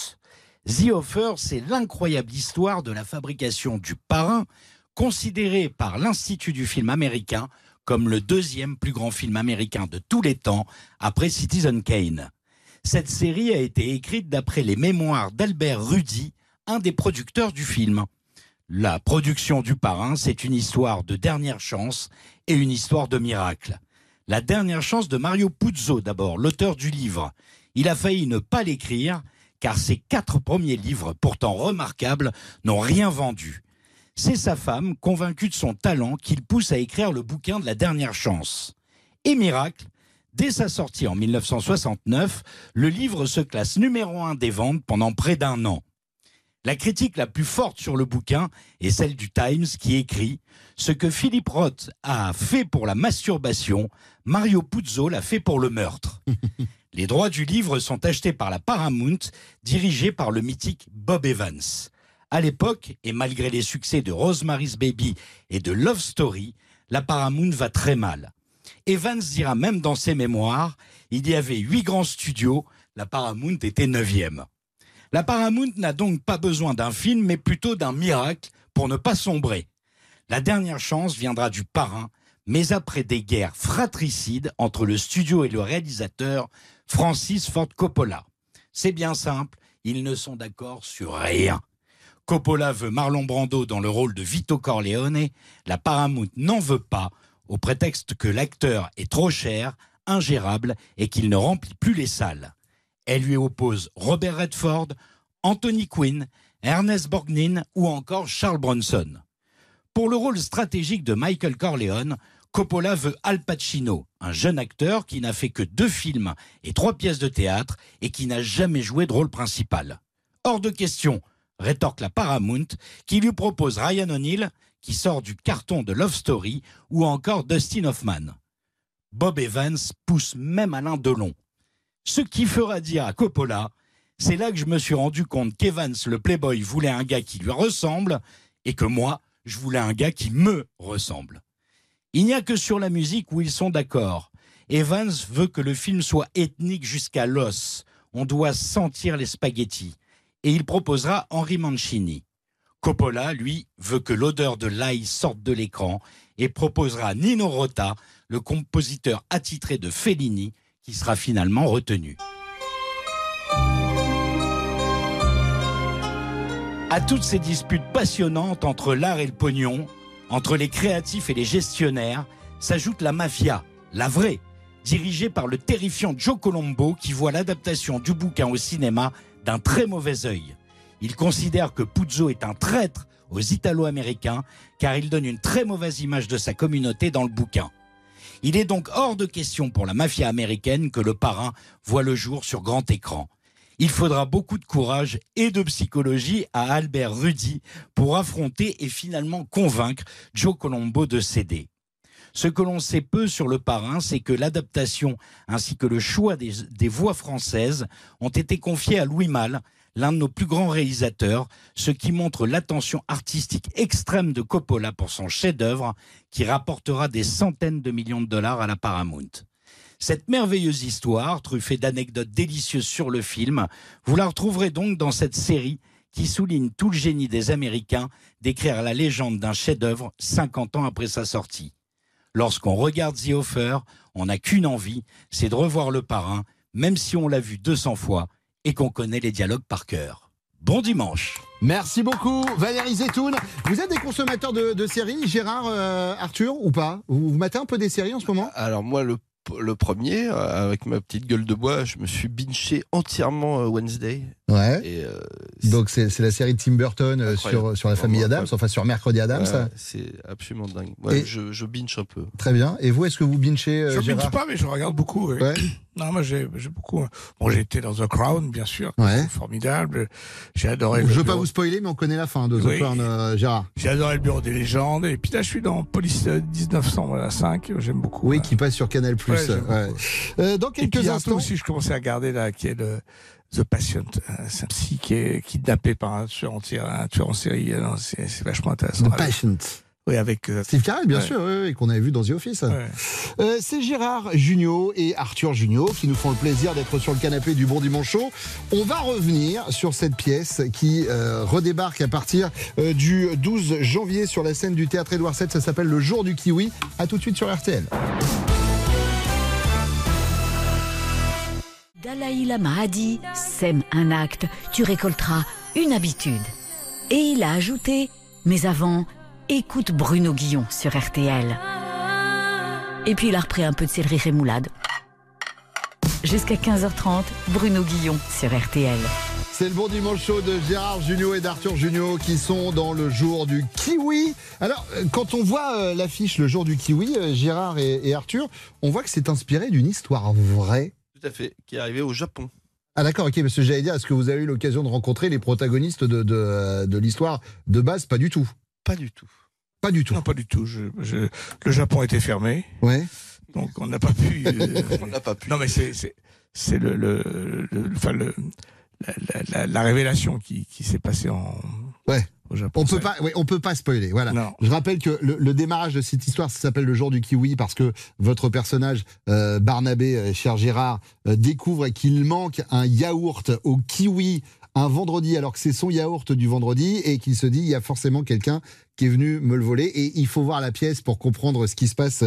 [SPEAKER 18] The Offer, c'est l'incroyable histoire de la fabrication du parrain, considéré par l'Institut du film américain comme le deuxième plus grand film américain de tous les temps, après Citizen Kane. Cette série a été écrite d'après les mémoires d'Albert Rudy, un des producteurs du film. La production du parrain, c'est une histoire de dernière chance et une histoire de miracle. La dernière chance de Mario Puzo, d'abord, l'auteur du livre. Il a failli ne pas l'écrire, car ses 4 premiers livres, pourtant remarquables, n'ont rien vendu. C'est sa femme, convaincue de son talent, qui le pousse à écrire le bouquin de la dernière chance. Et miracle, dès sa sortie en 1969, le livre se classe numéro 1 des ventes pendant près d'1 an. La critique la plus forte sur le bouquin est celle du Times qui écrit « Ce que Philip Roth a fait pour la masturbation, Mario Puzo l'a fait pour le meurtre ». Les droits du livre sont achetés par la Paramount, dirigée par le mythique Bob Evans. À l'époque, et malgré les succès de Rosemary's Baby et de Love Story, la Paramount va très mal. Evans dira même dans ses mémoires, il y avait 8 grands studios, la Paramount était 9e. La Paramount n'a donc pas besoin d'un film, mais plutôt d'un miracle pour ne pas sombrer. La dernière chance viendra du parrain, mais après des guerres fratricides entre le studio et le réalisateur Francis Ford Coppola. C'est bien simple, ils ne sont d'accord sur rien. Coppola veut Marlon Brando dans le rôle de Vito Corleone, la Paramount n'en veut pas, au prétexte que l'acteur est trop cher, ingérable et qu'il ne remplit plus les salles. Elle lui oppose Robert Redford, Anthony Quinn, Ernest Borgnine ou encore Charles Bronson. Pour le rôle stratégique de Michael Corleone, Coppola veut Al Pacino, un jeune acteur qui n'a fait que 2 films et 3 pièces de théâtre et qui n'a jamais joué de rôle principal. Hors de question, rétorque la Paramount, qui lui propose Ryan O'Neal, qui sort du carton de Love Story, ou encore Dustin Hoffman. Bob Evans pousse même Alain Delon. Ce qui fera dire à Coppola, c'est là que je me suis rendu compte qu'Evans, le playboy, voulait un gars qui lui ressemble, et que moi, je voulais un gars qui me ressemble. Il n'y a que sur la musique où ils sont d'accord. Evans veut que le film soit ethnique jusqu'à l'os. On doit sentir les spaghettis. Et il proposera Henry Mancini. Coppola, lui, veut que l'odeur de l'ail sorte de l'écran et proposera Nino Rota, le compositeur attitré de Fellini, qui sera finalement retenu. À toutes ces disputes passionnantes entre l'art et le pognon, entre les créatifs et les gestionnaires, s'ajoute la mafia, la vraie, dirigée par le terrifiant Joe Colombo qui voit l'adaptation du bouquin au cinéma d'un très mauvais œil. Il considère que Puzo est un traître aux Italo-Américains car il donne une très mauvaise image de sa communauté dans le bouquin. Il est donc hors de question pour la mafia américaine que le parrain voit le jour sur grand écran. Il faudra beaucoup de courage et de psychologie à Albert Rudy pour affronter et finalement convaincre Joe Colombo de céder. Ce que l'on sait peu sur le parrain, c'est que l'adaptation ainsi que le choix des voix françaises ont été confiés à Louis Malle, l'un de nos plus grands réalisateurs, ce qui montre l'attention artistique extrême de Coppola pour son chef-d'œuvre qui rapportera des centaines de millions de dollars à la Paramount. Cette merveilleuse histoire, truffée d'anecdotes délicieuses sur le film, vous la retrouverez donc dans cette série qui souligne tout le génie des Américains d'écrire la légende d'un chef-d'œuvre 50 ans après sa sortie. Lorsqu'on regarde The Offer, on n'a qu'une envie, c'est de revoir le parrain, même si on l'a vu 200 fois et qu'on connaît les dialogues par cœur. Bon dimanche.
[SPEAKER 10] Merci beaucoup, Valérie Zetoun. Vous êtes des consommateurs de séries, Gérard, Arthur, ou pas? Vous matez un peu des séries en ce moment?
[SPEAKER 17] Alors moi, le premier, avec ma petite gueule de bois, je me suis binché entièrement Wednesday.
[SPEAKER 10] Ouais.
[SPEAKER 17] Et,
[SPEAKER 10] donc c'est la série de Tim Burton sur la famille Adams, enfin sur Mercredi Adams.
[SPEAKER 17] C'est absolument dingue. Ouais, je binge un peu.
[SPEAKER 10] Très bien. Et vous, est-ce que vous binchez,
[SPEAKER 6] Je
[SPEAKER 10] Gérard?
[SPEAKER 6] binge pas, mais je regarde beaucoup. Oui.
[SPEAKER 10] Ouais.
[SPEAKER 6] Non, moi j'ai beaucoup. Bon, j'ai été dans The Crown, bien sûr.
[SPEAKER 10] Ouais.
[SPEAKER 6] Formidable. J'ai adoré.
[SPEAKER 10] Je ne veux pas vous spoiler, mais on connaît la fin de The Crown, Gérard.
[SPEAKER 6] J'ai adoré le Bureau des légendes. Et puis là, je suis dans Police 1905. J'aime beaucoup.
[SPEAKER 10] Oui, qui passe sur Canal+.
[SPEAKER 6] Ouais,
[SPEAKER 10] dans quelques instants
[SPEAKER 6] aussi, je commençais à regarder là, qui est The Patient. C'est un psy qui est kidnappé par un tueur en série. C'est vachement intéressant.
[SPEAKER 10] The Patient.
[SPEAKER 6] Oui, avec
[SPEAKER 10] Steve Carell, bien sûr, oui, qu'on avait vu dans The Office. Ouais. C'est Gérard Jugnot et Arthur Jugnot qui nous font le plaisir d'être sur le canapé du Bon Dimanche Show. On va revenir sur cette pièce qui redébarque à partir du 12 janvier sur la scène du Théâtre Édouard VII. Ça s'appelle Le Jour du Kiwi. À tout de suite sur RTL.
[SPEAKER 2] Dalai Lama a dit « Sème un acte, tu récolteras une habitude ». Et il a ajouté « Mais avant, écoute Bruno Guillon sur RTL ». Et puis il a repris un peu de céleri rémoulade. Jusqu'à 15h30, Bruno Guillon sur RTL.
[SPEAKER 10] C'est le Bon Dimanche Show de Gérard Jugnot et d'Arthur Jugnot qui sont dans le Jour du Kiwi. Alors, quand on voit l'affiche Le Jour du Kiwi, Gérard et Arthur, on voit que c'est inspiré d'une histoire vraie.
[SPEAKER 17] Tout à fait, qui est arrivé au Japon.
[SPEAKER 10] Ah d'accord, ok, parce que j'allais dire, est-ce que vous avez eu l'occasion de rencontrer les protagonistes de l'histoire de base? Pas du tout.
[SPEAKER 17] Pas du tout.
[SPEAKER 10] Pas du tout.
[SPEAKER 6] Non, pas du tout. Le Japon était fermé.
[SPEAKER 10] Ouais.
[SPEAKER 6] Donc on n'a pas pu.
[SPEAKER 17] On n'a pas pu.
[SPEAKER 6] Non mais c'est la révélation qui s'est passée au Japon.
[SPEAKER 10] On peut pas spoiler. Voilà.
[SPEAKER 6] Non.
[SPEAKER 10] Je rappelle que le démarrage de cette histoire, ça s'appelle Le Jour du Kiwi parce que votre personnage Barnabé, cher Gérard, découvre qu'il manque un yaourt au kiwi un vendredi alors que c'est son yaourt du vendredi et qu'il se dit il y a forcément quelqu'un qui est venu me le voler et il faut voir la pièce pour comprendre ce qui se passe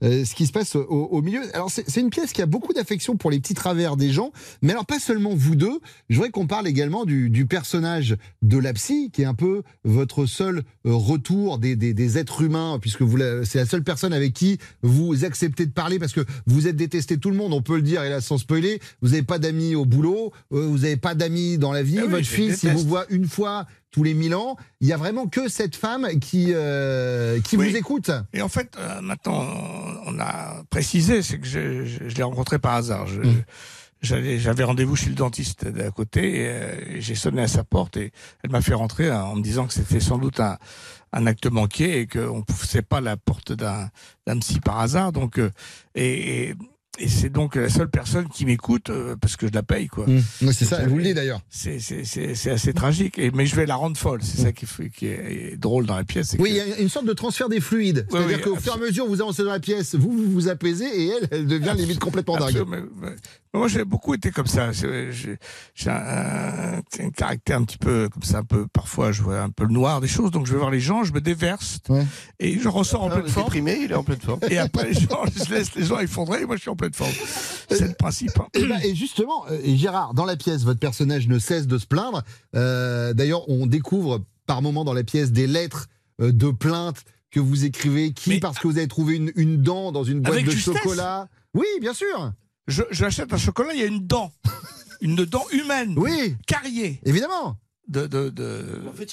[SPEAKER 10] au milieu. Alors c'est une pièce qui a beaucoup d'affection pour les petits travers des gens, mais alors pas seulement vous deux. Je voudrais qu'on parle également du personnage de la psy qui est un peu votre seul retour des êtres humains puisque c'est la seule personne avec qui vous acceptez de parler parce que vous êtes détesté tout le monde, on peut le dire et là sans spoiler, vous n'avez pas d'amis au boulot, vous n'avez pas d'amis dans la vie, votre fils il vous voit une fois tous les 1000 ans, il y a vraiment que cette femme qui vous écoute.
[SPEAKER 6] Et en fait, maintenant, on a précisé, c'est que je l'ai rencontré par hasard. J'avais rendez-vous chez le dentiste d'à côté, et j'ai sonné à sa porte et elle m'a fait rentrer en me disant que c'était sans doute un acte manqué et qu'on ne poussait pas la porte d'un psy par hasard. Donc, et c'est donc la seule personne qui m'écoute parce que je la paye, quoi.
[SPEAKER 10] Oui, c'est ça, elle vous le dit d'ailleurs.
[SPEAKER 6] C'est assez tragique, mais je vais la rendre folle. C'est ça qui est drôle dans la pièce.
[SPEAKER 10] Oui, il y a une sorte de transfert des fluides. C'est-à-dire qu'au fur et à mesure où vous avancez dans la pièce, vous apaisez et elle devient limite complètement dingue.
[SPEAKER 6] Moi, j'ai beaucoup été comme ça. J'ai un caractère un petit peu comme ça, parfois je vois un peu le noir des choses, donc je vais voir les gens, je me déverse et je ressors en pleine forme.
[SPEAKER 17] Déprimé, il est en pleine forme.
[SPEAKER 6] Et après, je laisse les gens effondrer et moi je suis en pleine forme. C'est le principe.
[SPEAKER 10] Et justement, Gérard, dans la pièce, votre personnage ne cesse de se plaindre. D'ailleurs, on découvre par moments dans la pièce des lettres de plainte que vous écrivez, parce que vous avez trouvé une dent dans une boîte de chocolat. Oui, bien sûr.
[SPEAKER 6] J'achète un chocolat, il y a une dent dent humaine, carriée.
[SPEAKER 10] Évidemment.
[SPEAKER 17] En fait,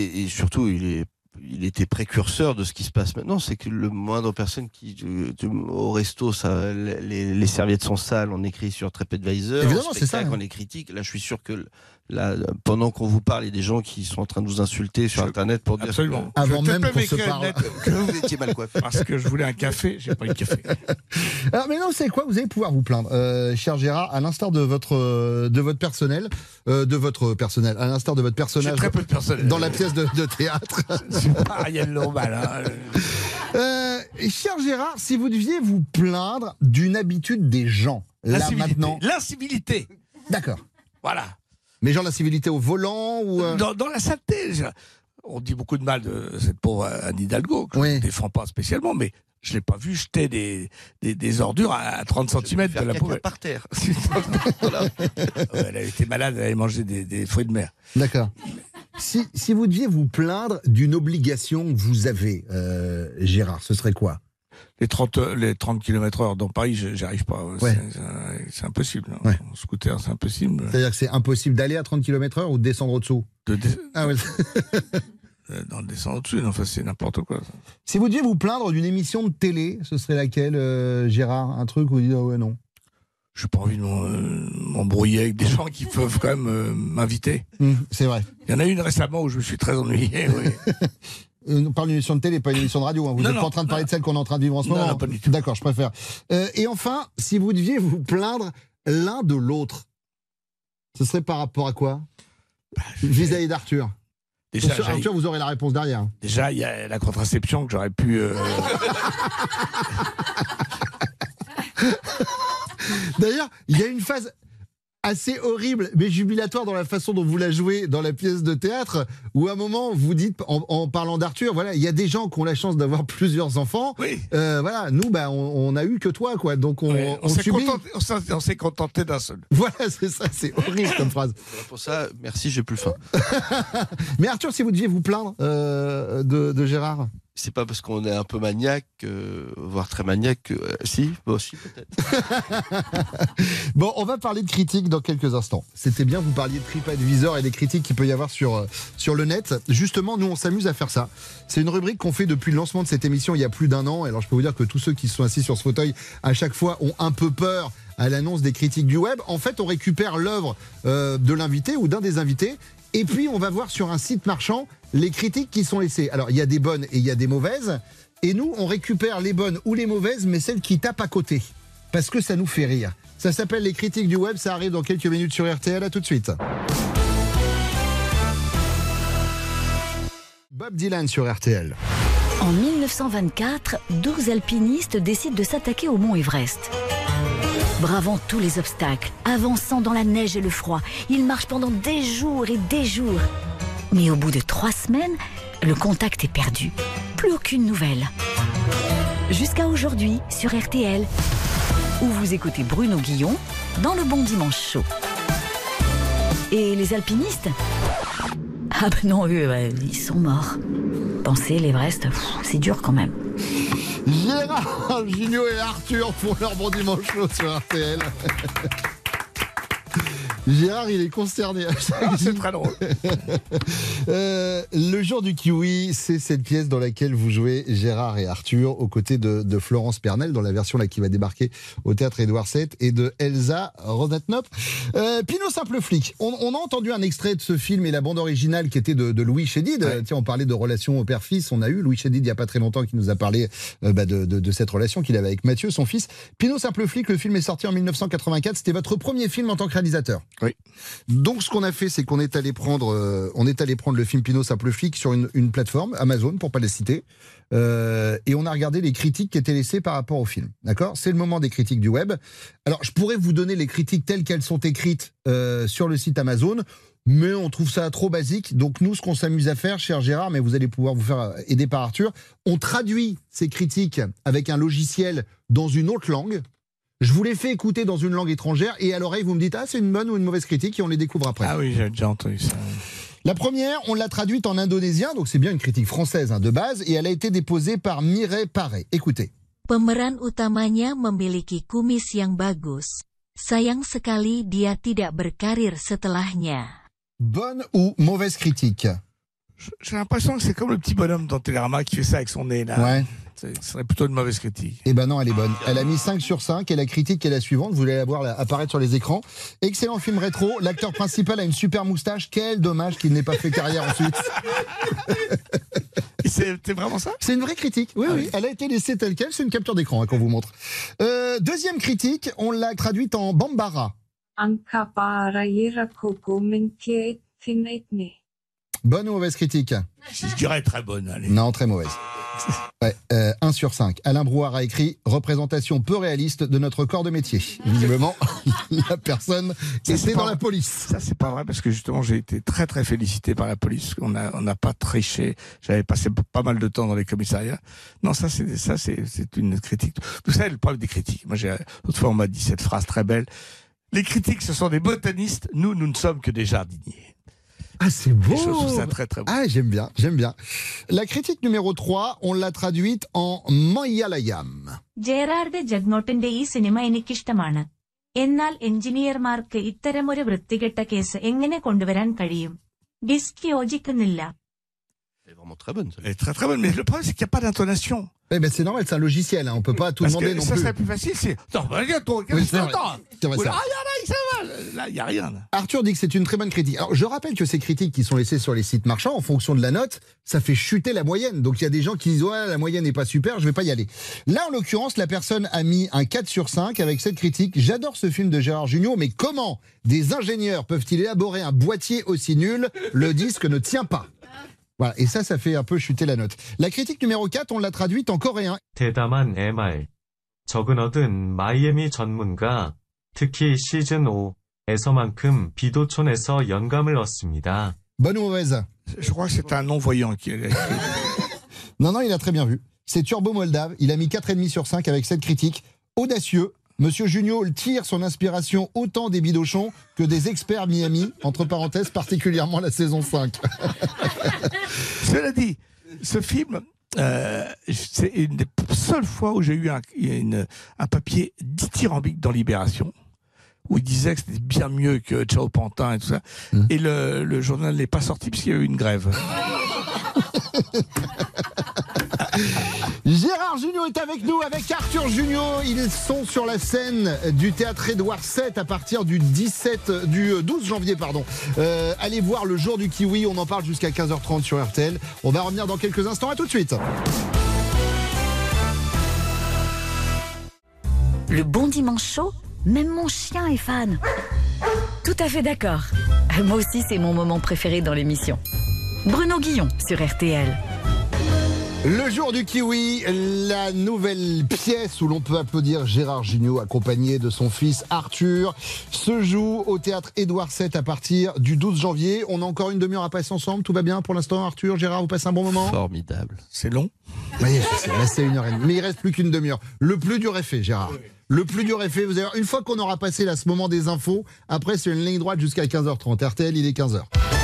[SPEAKER 17] il était précurseur de ce qui se passe maintenant. C'est que le moindre personne au resto, les serviettes sont sales, on écrit sur TripAdvisor.
[SPEAKER 10] Évidemment, c'est ça.
[SPEAKER 17] On les critique. Là, je suis sûr que pendant qu'on vous parle, il y a des gens qui sont en train de vous insulter sur Internet pour dire
[SPEAKER 10] avant même qu'on se parle
[SPEAKER 17] que vous étiez mal coiffé.
[SPEAKER 6] Parce que je voulais un café, j'ai pas eu de café.
[SPEAKER 10] Alors, mais non, vous savez quoi? Vous allez pouvoir vous plaindre, cher Gérard, à l'instar de votre personnel, à l'instar de votre personnage.
[SPEAKER 6] J'ai très peu de personnel
[SPEAKER 10] dans la pièce de théâtre.
[SPEAKER 6] C'est pas Ariel Normal.
[SPEAKER 10] Cher Gérard, si vous deviez vous plaindre d'une habitude des gens, là maintenant.
[SPEAKER 6] L'incivilité.
[SPEAKER 10] D'accord.
[SPEAKER 6] Voilà.
[SPEAKER 10] Mais genre la civilité au volant ou
[SPEAKER 6] dans la saleté. On dit beaucoup de mal de cette pauvre Anne Hidalgo, que je ne défends pas spécialement, mais Je l'ai pas vu jeter des ordures à 30 cm de la poubelle.
[SPEAKER 17] Par terre.
[SPEAKER 6] Elle a été malade, elle avait mangé des fruits de mer.
[SPEAKER 10] D'accord. Si vous deviez vous plaindre d'une obligation que vous avez, Gérard, ce serait quoi ?
[SPEAKER 6] Les 30 km/h dans Paris, j'y arrive pas.
[SPEAKER 10] Ouais.
[SPEAKER 6] C'est impossible.
[SPEAKER 10] Ouais.
[SPEAKER 6] En scooter, c'est impossible.
[SPEAKER 10] C'est-à-dire que c'est impossible d'aller à 30 km/h ou de descendre au-dessous ? Ah ouais.
[SPEAKER 6] Non, descendre au-dessus, enfin, c'est n'importe quoi. Ça.
[SPEAKER 10] Si vous deviez vous plaindre d'une émission de télé, ce serait laquelle, Gérard ? Un truc où vous dites, ah ouais, non.
[SPEAKER 6] Je n'ai pas envie de m'embrouiller avec des gens qui peuvent quand même m'inviter.
[SPEAKER 10] C'est vrai.
[SPEAKER 6] Il y en a une récemment où je me suis très ennuyé, oui.
[SPEAKER 10] On parle d'une émission de télé, pas une émission de radio. Hein. Vous n'êtes pas en train de parler de celle qu'on est en train de vivre en ce moment.
[SPEAKER 6] Non, pas du tout.
[SPEAKER 10] D'accord, je préfère. Et enfin, si vous deviez vous plaindre l'un de l'autre, ce serait par rapport à quoi ? Vis-à-vis d'Arthur.
[SPEAKER 6] Déjà,
[SPEAKER 10] Arthur, vous aurez la réponse derrière.
[SPEAKER 6] Déjà, il y a la contraception que j'aurais pu...
[SPEAKER 10] D'ailleurs, il y a une phase assez horrible, mais jubilatoire dans la façon dont vous la jouez dans la pièce de théâtre, où à un moment, vous dites, en parlant d'Arthur, voilà, il y a des gens qui ont la chance d'avoir plusieurs enfants.
[SPEAKER 6] Oui.
[SPEAKER 10] Voilà, nous, on a eu que toi, quoi. Donc on subit.
[SPEAKER 6] On s'est contenté d'un seul.
[SPEAKER 10] Voilà, c'est ça, c'est horrible comme phrase.
[SPEAKER 17] Pour ça, merci, j'ai plus faim.
[SPEAKER 10] Mais Arthur, si vous deviez vous plaindre de Gérard.
[SPEAKER 17] C'est pas parce qu'on est un peu maniaque, voire très maniaque, si, moi aussi peut-être.
[SPEAKER 10] Bon, on va parler de critiques dans quelques instants. C'était bien, vous parliez de TripAdvisor et des critiques qu'il peut y avoir sur le net. Justement, nous, on s'amuse à faire ça. C'est une rubrique qu'on fait depuis le lancement de cette émission il y a plus d'1 an. Alors, je peux vous dire que tous ceux qui se sont assis sur ce fauteuil, à chaque fois, ont un peu peur à l'annonce des critiques du web. En fait, on récupère l'œuvre de l'invité ou d'un des invités. Et puis, on va voir sur un site marchand les critiques qui sont laissées. Alors, il y a des bonnes et il y a des mauvaises. Et nous, on récupère les bonnes ou les mauvaises, mais celles qui tapent à côté. Parce que ça nous fait rire. Ça s'appelle les critiques du web. Ça arrive dans quelques minutes sur RTL. À tout de suite. Bob Dylan sur RTL.
[SPEAKER 2] En 1924, 12 alpinistes décident de s'attaquer au mont Everest. Bravant tous les obstacles, avançant dans la neige et le froid, ils marchent pendant des jours et des jours. Mais au bout de 3 semaines, le contact est perdu. Plus aucune nouvelle. Jusqu'à aujourd'hui, sur RTL, où vous écoutez Bruno Guillon dans Le Bon Dimanche Chaud. Et les alpinistes ? Ah ben non, eux, ils sont morts. Penser l'Everest, c'est dur quand même.
[SPEAKER 10] Gérard Jugnot et Arthur pour leur Bon Dimanche Chaud sur RTL. Gérard, il est consterné.
[SPEAKER 6] C'est très drôle.
[SPEAKER 10] Le jour du kiwi, c'est cette pièce dans laquelle vous jouez Gérard et Arthur aux côtés de Florence Pernel dans la version là qui va débarquer au théâtre Édouard VII et de Elsa Rodatnop. Pinot Simple Flic. On a entendu un extrait de ce film et la bande originale qui était de Louis Chédid. Ouais. Tiens, on parlait de relation au père-fils. On a eu Louis Chédid il n'y a pas très longtemps qui nous a parlé de cette relation qu'il avait avec Mathieu, son fils. Pinot Simple Flic, le film est sorti en 1984. C'était votre premier film en tant que réalisateur.
[SPEAKER 6] Oui.
[SPEAKER 10] Donc ce qu'on a fait, c'est qu'on est allé prendre le film Pinot Simple Flic sur une plateforme, Amazon pour pas les citer, et on a regardé les critiques qui étaient laissées par rapport au film. D'accord ? C'est le moment des critiques du web. Alors je pourrais vous donner les critiques telles qu'elles sont écrites sur le site Amazon, mais on trouve ça trop basique. Donc nous, ce qu'on s'amuse à faire, cher Gérard, mais vous allez pouvoir vous faire aider par Arthur, on traduit ces critiques avec un logiciel dans une autre langue. Je vous les fais écouter dans une langue étrangère et à l'oreille, vous me dites, c'est une bonne ou une mauvaise critique et on les découvre après.
[SPEAKER 6] Ah oui, j'ai déjà entendu ça.
[SPEAKER 10] La première, on l'a traduite en indonésien, donc c'est bien une critique française de base, et elle a été déposée par Mireille Paré. Écoutez.
[SPEAKER 19] Pemeran utamanya memiliki kumis yang bagus. Sayang sekali dia tidak berkarir setelahnya.
[SPEAKER 10] Bonne ou mauvaise critique ?
[SPEAKER 6] J'ai l'impression que c'est comme le petit bonhomme dans Télérama qui fait ça avec son nez là.
[SPEAKER 10] Ouais.
[SPEAKER 6] Ce serait plutôt une mauvaise critique.
[SPEAKER 10] Eh ben non, elle est bonne. Elle a mis 5 sur 5 et la critique est la suivante. Vous allez la voir apparaître sur les écrans. Excellent film rétro. L'acteur principal a une super moustache. Quel dommage qu'il n'ait pas fait carrière ensuite.
[SPEAKER 6] C'est vraiment ça ?
[SPEAKER 10] C'est une vraie critique. Oui, oui. Elle a été laissée telle quelle. C'est une capture d'écran qu'on vous montre. Deuxième critique, on l'a traduite en Bambara. Bonne ou mauvaise critique ?
[SPEAKER 6] Je dirais très bonne. Allez.
[SPEAKER 10] Non, très mauvaise. Ouais, 1 sur 5. Alain Brouard a écrit « Représentation peu réaliste de notre corps de métier ». Visiblement, la personne était dans la police.
[SPEAKER 6] Ça, c'est pas vrai, parce que justement, j'ai été très, très félicité par la police. On n'a pas triché. J'avais passé pas mal de temps dans les commissariats. Non, ça, c'est une critique. Vous savez, le problème des critiques. Moi, autrefois, on m'a dit cette phrase très belle. Les critiques, ce sont des botanistes. Nous ne sommes que des jardiniers.
[SPEAKER 10] Ah, c'est beau.
[SPEAKER 6] Je trouve ça très, très beau.
[SPEAKER 10] Ah, j'aime bien. La critique numéro 3, on l'a traduite en Malayalam.
[SPEAKER 20] ജയറാർഡ് ജഗ്നോട്ടിന്റെ ഈ സിനിമ എനിക്കിഷ്ടമാണ്. എന്നാൽ എഞ്ചിനീയർമാർക്ക് ഇത്തരമൊരു വൃത്തികെട്ട കേസ് എങ്ങനെ കൊണ്ടുവരാൻ കഴിയും? ഡിസ്ക് യോജിക്കുന്നില്ല.
[SPEAKER 17] Elle est vraiment très bonne.
[SPEAKER 6] Elle est très très bonne, mais le problème c'est qu'il n'y a pas d'intonation.
[SPEAKER 10] Eh ben c'est normal, c'est un logiciel, hein. On peut pas tout
[SPEAKER 6] Parce
[SPEAKER 10] demander
[SPEAKER 6] que
[SPEAKER 10] non
[SPEAKER 6] ça
[SPEAKER 10] plus.
[SPEAKER 6] serait plus facile, c'est... Non, regarde toi,
[SPEAKER 10] Oui,
[SPEAKER 6] qu'est-ce que
[SPEAKER 10] c'est vrai, ça.
[SPEAKER 6] Là, il n'y a rien. Là.
[SPEAKER 10] Arthur dit que c'est une très bonne critique. Alors, je rappelle que ces critiques qui sont laissées sur les sites marchands, en fonction de la note, ça fait chuter la moyenne. Donc, il y a des gens qui disent « Ouais, la moyenne n'est pas super, je vais pas y aller ». Là, en l'occurrence, la personne a mis un 4 sur 5 avec cette critique. « J'adore ce film de Gérard Jugnot, mais comment des ingénieurs peuvent-ils élaborer un boîtier aussi nul? Le disque ne tient pas ». Voilà, et ça fait un peu chuter la note. La critique numéro 4, on l'a traduite en coréen.
[SPEAKER 21] 대담한 MR. 적은 얻은 마이애미 전문가, 특히 시즌 5에서만큼 비도촌에서 영감을 얻습니다.
[SPEAKER 10] Bonne ou mauvaise?
[SPEAKER 6] Je crois que c'est un non-voyant qui est...
[SPEAKER 10] Non, il a très bien vu. C'est Turbo Moldave. Il a mis 4,5 sur 5 avec cette critique. Audacieux. Monsieur Jugnot tire son inspiration autant des bidochons que des experts Miami, entre parenthèses, particulièrement la saison 5.
[SPEAKER 6] Cela dit, ce film, c'est une des seules fois où j'ai eu un papier dithyrambique dans Libération, où il disait que c'était bien mieux que Ciao Pantin et tout ça. Et le journal n'est pas sorti puisqu'il y a eu une grève.
[SPEAKER 10] Gérard Jugnot est avec nous, avec Arthur Jugnot. Ils sont sur la scène du théâtre Édouard VII à partir du 12 janvier. Allez voir Le Jour du Kiwi, on en parle jusqu'à 15h30 sur RTL. On va revenir dans quelques instants, à tout de suite.
[SPEAKER 2] Le bon dimanche chaud, même mon chien est fan. Tout à fait d'accord. Moi aussi, c'est mon moment préféré dans l'émission. Bruno Guillon sur RTL.
[SPEAKER 10] Le Jour du Kiwi, la nouvelle pièce où l'on peut applaudir Gérard Jugnot accompagné de son fils Arthur, se joue au théâtre Édouard VII à partir du 12 janvier. On a encore une demi-heure à passer ensemble, tout va bien pour l'instant Arthur, Gérard, vous passez un bon moment?
[SPEAKER 17] Formidable.
[SPEAKER 6] C'est long?
[SPEAKER 10] Oui, là c'est 1h30, mais il reste plus qu'une demi-heure. Le plus dur est fait, Gérard. Le plus dur est fait, vous allez voir, une fois qu'on aura passé là ce moment des infos, après c'est une ligne droite jusqu'à 15h30. RTL, il est 15h.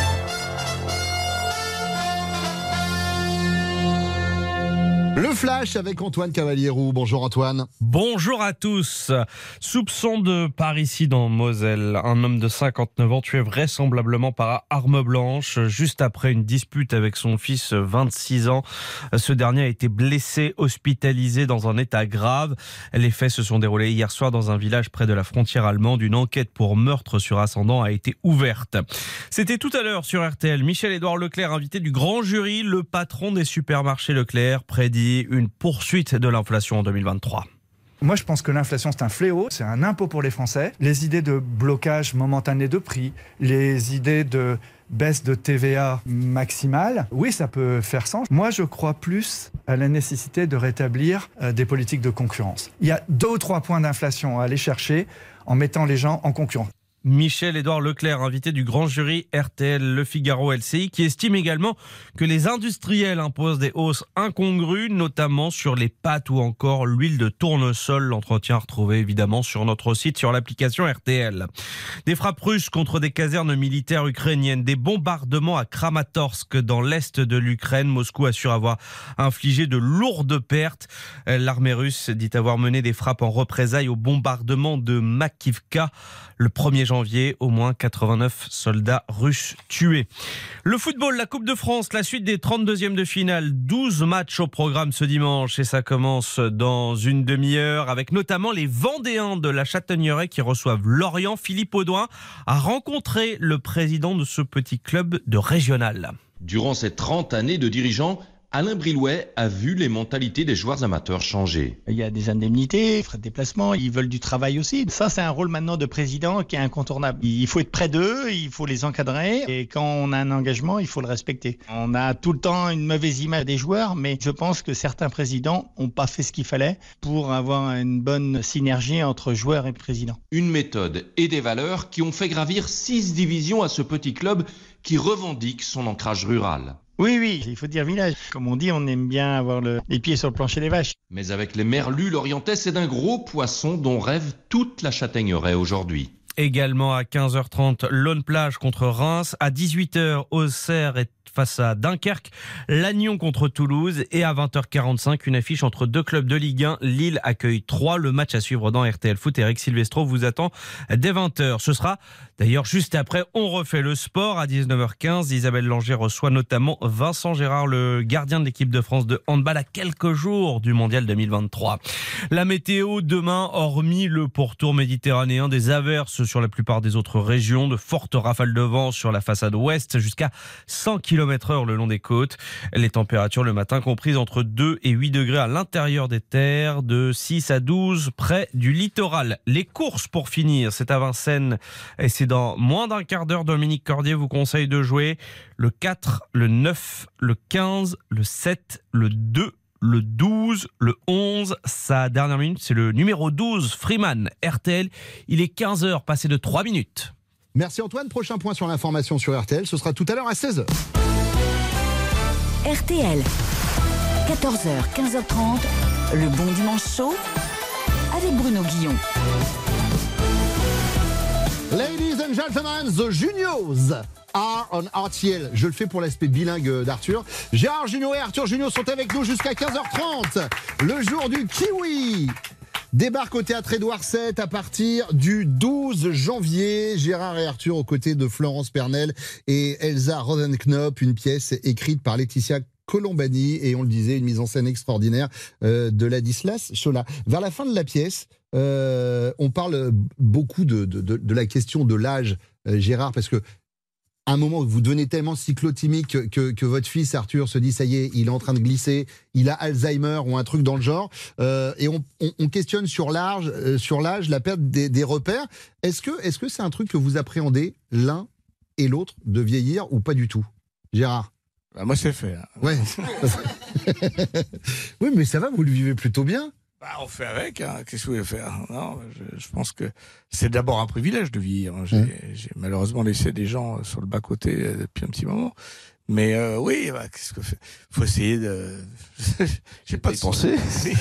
[SPEAKER 10] Le Flash avec Antoine Cavalier-Roux. Bonjour Antoine.
[SPEAKER 22] Bonjour à tous. Soupçon de parricide en Moselle. Un homme de 59 ans tué vraisemblablement par arme blanche juste après une dispute avec son fils 26 ans. Ce dernier a été blessé, hospitalisé dans un état grave. Les faits se sont déroulés hier soir dans un village près de la frontière allemande. Une enquête pour meurtre sur ascendant a été ouverte. C'était tout à l'heure sur RTL. Michel-Édouard Leclerc, invité du grand jury. Le patron des supermarchés Leclerc prédit une poursuite de l'inflation en 2023.
[SPEAKER 23] Moi, je pense que l'inflation, c'est un fléau, c'est un impôt pour les Français. Les idées de blocage momentané de prix, les idées de baisse de TVA maximale, oui, ça peut faire sens. Moi, je crois plus à la nécessité de rétablir des politiques de concurrence. Il y a 2 ou 3 points d'inflation à aller chercher en mettant les gens en concurrence.
[SPEAKER 22] Michel-Édouard Leclerc, invité du grand jury RTL Le Figaro LCI, qui estime également que les industriels imposent des hausses incongrues, notamment sur les pâtes ou encore l'huile de tournesol. L'entretien retrouvé évidemment sur notre site, sur l'application RTL. Des frappes russes contre des casernes militaires ukrainiennes, des bombardements à Kramatorsk dans l'est de l'Ukraine. Moscou assure avoir infligé de lourdes pertes. L'armée russe dit avoir mené des frappes en représailles au bombardement de Makivka. Le 1er janvier, au moins 89 soldats russes tués. Le football, la Coupe de France, la suite des 32e de finale. 12 matchs au programme ce dimanche et ça commence dans une demi-heure avec notamment les Vendéens de la Châtaigneraie qui reçoivent Lorient. Philippe Audouin a rencontré le président de ce petit club de régional.
[SPEAKER 24] Durant ces 30 années de dirigeant,
[SPEAKER 1] Alain Brilouet a vu les mentalités des joueurs amateurs changer.
[SPEAKER 4] Il y a des indemnités, frais de déplacement, ils veulent du travail aussi. Ça, c'est un rôle maintenant de président qui est incontournable. Il faut être près d'eux, il faut les encadrer et quand on a un engagement, il faut le respecter. On a tout le temps une mauvaise image des joueurs, mais je pense que certains présidents n'ont pas fait ce qu'il fallait pour avoir une bonne synergie entre joueurs et présidents.
[SPEAKER 1] Une méthode et des valeurs qui ont fait gravir 6 divisions à ce petit club qui revendique son ancrage rural.
[SPEAKER 4] Oui, il faut dire village. Comme on dit, on aime bien avoir les pieds sur le plancher des vaches.
[SPEAKER 1] Mais avec les merlus lorientais, c'est d'un gros poisson dont rêve toute la Châtaigneraie aujourd'hui.
[SPEAKER 22] Également à 15h30, Lone Plage contre Reims. À 18h, Auxerre est face à Dunkerque, Lannion contre Toulouse et à 20h45, une affiche entre deux clubs de Ligue 1. Lille accueille 3. Le match à suivre dans RTL Foot. Eric Silvestro vous attend dès 20h. Ce sera d'ailleurs juste après, on refait le sport. À 19h15, Isabelle Langer reçoit notamment Vincent Gérard, le gardien de l'équipe de France de handball à quelques jours du Mondial 2023. La météo demain, hormis le pourtour méditerranéen, des averses sur la plupart des autres régions, de fortes rafales de vent sur la façade ouest jusqu'à 100 km/h le long des côtes. Les températures le matin comprises entre 2 et 8 degrés à l'intérieur des terres, de 6 à 12 près du littoral. Les courses pour finir, c'est à Vincennes et c'est dans moins d'un quart d'heure. Dominique Cordier vous conseille de jouer le 4, le 9, le 15, le 7, le 2, le 12, le 11. Sa dernière minute, c'est le numéro 12, Freeman, RTL. Il est 15h, passé de 3 minutes.
[SPEAKER 10] Merci Antoine. Prochain point sur l'information sur RTL, ce sera tout à l'heure à 16h.
[SPEAKER 2] RTL, 14h, 15h30, le bon dimanche chaud avec Bruno Guillon.
[SPEAKER 10] Ladies and gentlemen, the Juniors are on RTL. Je le fais pour l'aspect bilingue d'Arthur. Gérard Jugnot et Arthur Jugnot sont avec nous jusqu'à 15h30. Le jour du kiwi débarque au théâtre Édouard VII à partir du 12 janvier. Gérard et Arthur aux côtés de Florence Pernel et Elsa Rosenknop, une pièce écrite par Laetitia Colombani et on le disait, une mise en scène extraordinaire de Ladislas Chola. Vers la fin de la pièce, on parle beaucoup de la question de l'âge, Gérard, parce que à un moment, vous devenez tellement cyclotimique que votre fils, Arthur, se dit, ça y est, il est en train de glisser, il a Alzheimer ou un truc dans le genre. Et on questionne sur l'âge, la perte des repères. Est-ce que c'est un truc que vous appréhendez l'un et l'autre de vieillir ou pas du tout, Gérard?
[SPEAKER 6] Bah moi, c'est fait. Hein.
[SPEAKER 10] Ouais. Oui, mais ça va, vous le vivez plutôt bien.
[SPEAKER 6] Bah, on fait avec, hein. Qu'est-ce que vous voulez faire? Non, je pense que c'est d'abord un privilège de vieillir. J'ai malheureusement laissé des gens sur le bas-côté depuis un petit moment. Mais oui, bah, qu'est-ce que faut essayer de... J'ai pas de
[SPEAKER 17] penser.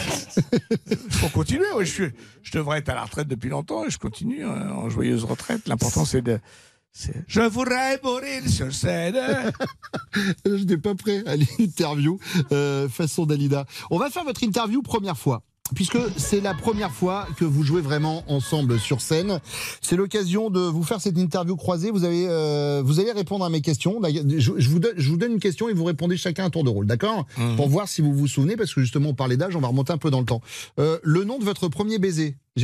[SPEAKER 6] Faut continuer. Ouais, je devrais être à la retraite depuis longtemps et je continue en joyeuse retraite. L'important, c'est de... Je voudrais mourir sur scène.
[SPEAKER 10] Je n'étais pas prêt à l'interview façon Dalida. On va faire votre interview première fois. Puisque c'est la première fois que vous jouez vraiment ensemble sur scène. C'est l'occasion de vous faire cette interview croisée. Vous allez répondre à mes questions. Je vous donne une question et vous répondez chacun un tour de rôle, d'accord ? Pour voir si vous vous souvenez, parce que justement on parlait d'âge, on va remonter un peu dans le temps. Le nom de votre premier baiser, Gérard ?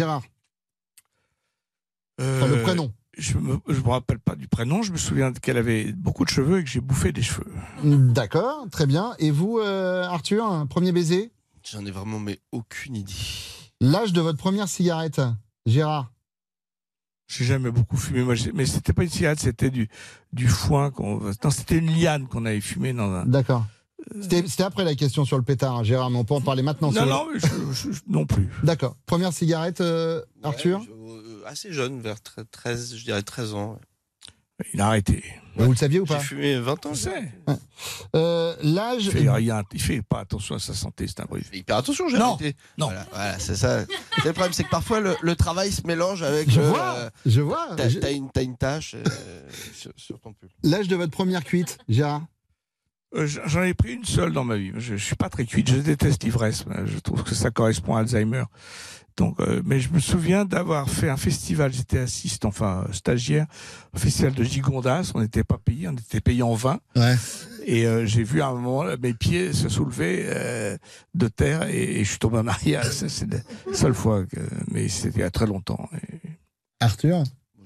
[SPEAKER 10] Enfin, le prénom.
[SPEAKER 6] Je me rappelle pas du prénom, je me souviens qu'elle avait beaucoup de cheveux et que j'ai bouffé des cheveux.
[SPEAKER 10] D'accord, très bien. Et vous, Arthur, un premier baiser ?
[SPEAKER 17] J'en ai vraiment mais aucune idée.
[SPEAKER 10] L'âge de votre première cigarette, Gérard ?
[SPEAKER 6] J'ai jamais beaucoup fumé, moi, mais c'était pas une cigarette, c'était du foin. Non, c'était une liane qu'on avait fumé dans un...
[SPEAKER 10] D'accord. C'était après la question sur le pétard, hein, Gérard, mais on peut en parler maintenant.
[SPEAKER 6] Non, non plus.
[SPEAKER 10] D'accord. Première cigarette, Arthur ?
[SPEAKER 17] Assez jeune, vers 13, je dirais 13 ans.
[SPEAKER 6] Il a arrêté.
[SPEAKER 10] Vous le saviez ou pas ?
[SPEAKER 17] J'ai fumé 20 ans.
[SPEAKER 6] Je sais.
[SPEAKER 10] L'âge...
[SPEAKER 6] Il fait pas attention à sa santé, c'est un bruit.
[SPEAKER 17] Il fait hyper attention, j'ai arrêté.
[SPEAKER 6] Non.
[SPEAKER 17] Voilà, c'est ça. Le problème, c'est que parfois, le travail se mélange avec...
[SPEAKER 10] Je vois.
[SPEAKER 17] T'as une tâche sur ton pull.
[SPEAKER 10] L'âge de votre première cuite, Gérard ?
[SPEAKER 6] J'en ai pris une seule dans ma vie. Je suis pas très cuite, je déteste l'ivresse. Je trouve que ça correspond à Alzheimer. Donc, mais je me souviens d'avoir fait un festival, j'étais assistant, enfin stagiaire, un festival de Gigondas, on n'était pas payé, on était payé en vin.
[SPEAKER 10] Ouais.
[SPEAKER 6] Et j'ai vu à un moment mes pieds se soulever de terre et je suis tombé en arrière. C'est la seule fois, mais c'était il y a très longtemps.
[SPEAKER 10] Arthur ?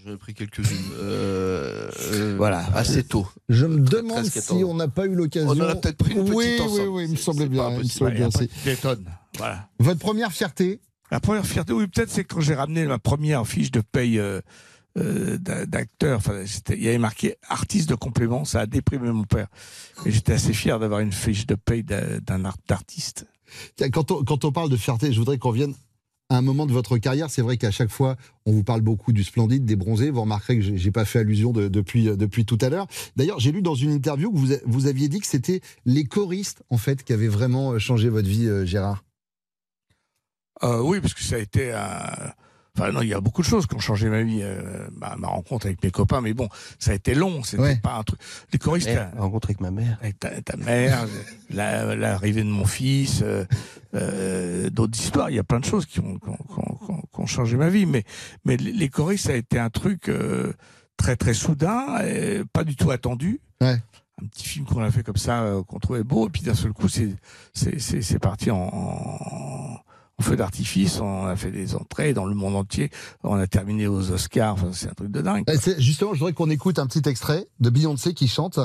[SPEAKER 17] J'en ai pris quelques-unes.
[SPEAKER 10] Voilà.
[SPEAKER 17] Assez tôt.
[SPEAKER 10] Je me demande
[SPEAKER 17] 13,
[SPEAKER 10] si
[SPEAKER 17] 14.
[SPEAKER 10] on n'a pas eu l'occasion.
[SPEAKER 17] On en a peut-être pris une petite
[SPEAKER 10] oui,
[SPEAKER 17] ensemble.
[SPEAKER 10] Oui, il me semblait bien. Il me semblait bien aussi.
[SPEAKER 6] Voilà.
[SPEAKER 10] Votre première fierté?
[SPEAKER 6] La première fierté, oui, peut-être, c'est quand j'ai ramené ma première fiche de paye d'acteur. Enfin, il y avait marqué artiste de complément. Ça a déprimé mon père. Et j'étais assez fier d'avoir une fiche de paye d'artiste.
[SPEAKER 10] Quand on parle de fierté, je voudrais qu'on vienne à un moment de votre carrière. C'est vrai qu'à chaque fois, on vous parle beaucoup du Splendide, des Bronzés. Vous remarquerez que j'ai pas fait allusion depuis tout à l'heure. D'ailleurs, j'ai lu dans une interview que vous aviez dit que c'était les choristes, en fait, qui avaient vraiment changé votre vie, Gérard.
[SPEAKER 6] Oui, parce que ça a été Enfin non, il y a beaucoup de choses qui ont changé ma vie, ma rencontre avec mes copains, mais bon, ça a été long, c'était pas un truc. Les choristes,
[SPEAKER 17] la rencontre avec ma mère,
[SPEAKER 6] avec ta mère, l'arrivée de mon fils, d'autres histoires. Il y a plein de choses qui ont changé ma vie, mais les choristes, ça a été un truc très très soudain, et pas du tout attendu.
[SPEAKER 10] Ouais.
[SPEAKER 6] Un petit film qu'on a fait comme ça, qu'on trouvait beau, et puis d'un seul coup, c'est parti en feu d'artifice, on a fait des entrées dans le monde entier, on a terminé aux Oscars, enfin, c'est un truc de dingue.
[SPEAKER 10] Justement, je voudrais qu'on écoute un petit extrait de Beyoncé qui chante.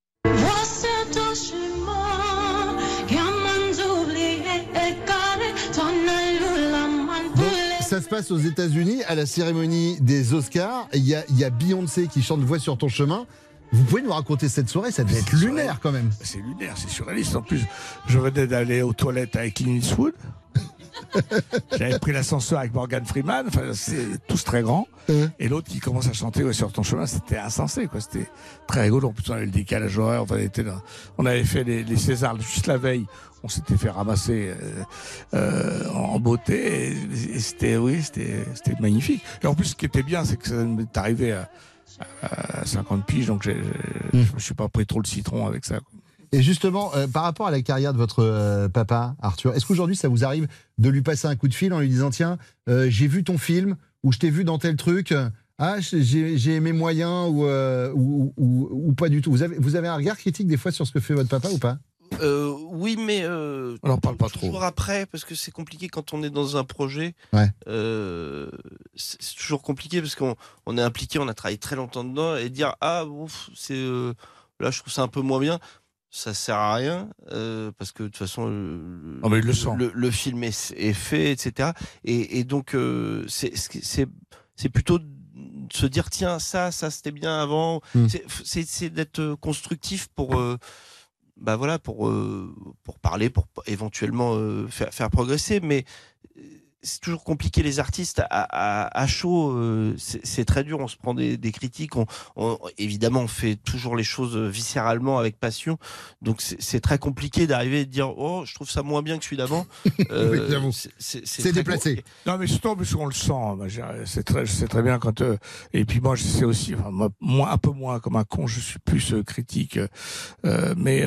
[SPEAKER 10] Ça se passe aux États-Unis à la cérémonie des Oscars. Il y a Beyoncé qui chante Voix sur ton chemin. Vous pouvez nous raconter cette soirée? Ça devait être lunaire quand même.
[SPEAKER 6] C'est lunaire, c'est surréaliste. En plus, je venais d'aller aux toilettes avec Clint Eastwood. J'avais pris l'ascenseur avec Morgan Freeman, enfin, c'est tous très grands. Et l'autre qui commence à chanter sur ton chemin, c'était insensé, quoi. C'était très rigolo. En plus, on avait le décalage horaire. Enfin, on avait fait les Césars juste la veille. On s'était fait ramasser en beauté. Et c'était magnifique. Et en plus, ce qui était bien, c'est que ça m'est arrivé à 50 piges, donc je me suis pas pris trop le citron avec ça, quoi.
[SPEAKER 10] Et justement, par rapport à la carrière de votre papa, Arthur, est-ce qu'aujourd'hui ça vous arrive de lui passer un coup de fil en lui disant tiens, j'ai vu ton film ou je t'ai vu dans tel truc, j'ai mes moyens ou pas du tout. Vous avez un regard critique des fois sur ce que fait votre papa ou pas?
[SPEAKER 17] Oui, mais
[SPEAKER 6] on n'en parle pas trop.
[SPEAKER 17] Toujours après, parce que c'est compliqué quand on est dans un projet.
[SPEAKER 10] Ouais.
[SPEAKER 17] C'est toujours compliqué parce qu'on est impliqué, on a travaillé très longtemps dedans et dire là je trouve ça un peu moins bien. Ça sert à rien parce que de toute façon le film est fait, etc. Et donc c'est plutôt de se dire tiens ça c'était bien avant. C'est d'être constructif pour parler, pour éventuellement faire progresser, mais c'est toujours compliqué, les artistes à chaud, c'est très dur, on se prend des critiques, évidemment on fait toujours les choses viscéralement avec passion, donc c'est très compliqué d'arriver et de dire oh je trouve ça moins bien que celui d'avant.
[SPEAKER 10] C'est déplacé.
[SPEAKER 6] Non mais surtout on le sent, c'est très bien quand et puis moi je sais aussi, moi un peu moins comme un con, je suis plus critique, mais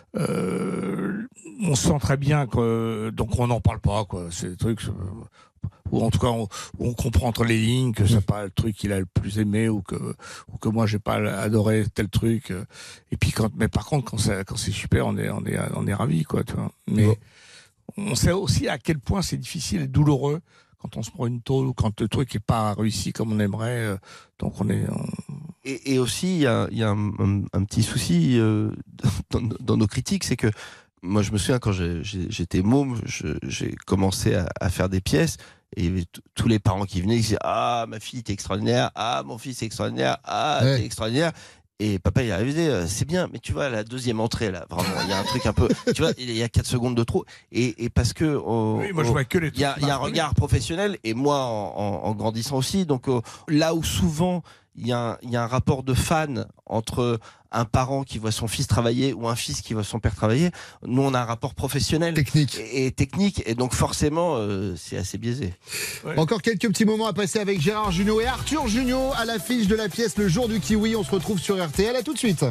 [SPEAKER 6] on sent très bien que donc on n'en parle pas, quoi. C'est des trucs ou en tout cas on comprend entre les lignes que c'est pas le truc qu'il a le plus aimé ou que moi j'ai pas adoré tel truc, et puis mais par contre quand c'est super on est ravis, quoi, tu vois. Mais on sait aussi à quel point c'est difficile et douloureux quand on se prend une tôle ou quand le truc est pas réussi comme on aimerait, donc
[SPEAKER 17] et aussi il y a un petit souci dans nos critiques, c'est que moi, je me souviens quand j'étais môme, j'ai commencé à faire des pièces et il y avait tous les parents qui venaient, qui disaient ah ma fille t'es extraordinaire, ah mon fils est extraordinaire, t'es extraordinaire. Et papa il arrivait, c'est bien, mais tu vois la deuxième entrée là, vraiment il y a un truc un peu, tu vois, il y a 4 secondes de trop. Et parce que
[SPEAKER 6] moi je vois que
[SPEAKER 17] il y a un regard professionnel, et moi en grandissant aussi, donc là où souvent il y a un rapport de fan entre un parent qui voit son fils travailler ou un fils qui voit son père travailler, nous on a un rapport professionnel technique, et donc forcément c'est assez biaisé.
[SPEAKER 10] Ouais. Encore quelques petits moments à passer avec Gérard Jugnot et Arthur Jugnot à l'affiche de la pièce Le Jour du Kiwi. On se retrouve sur RTL, à tout de suite.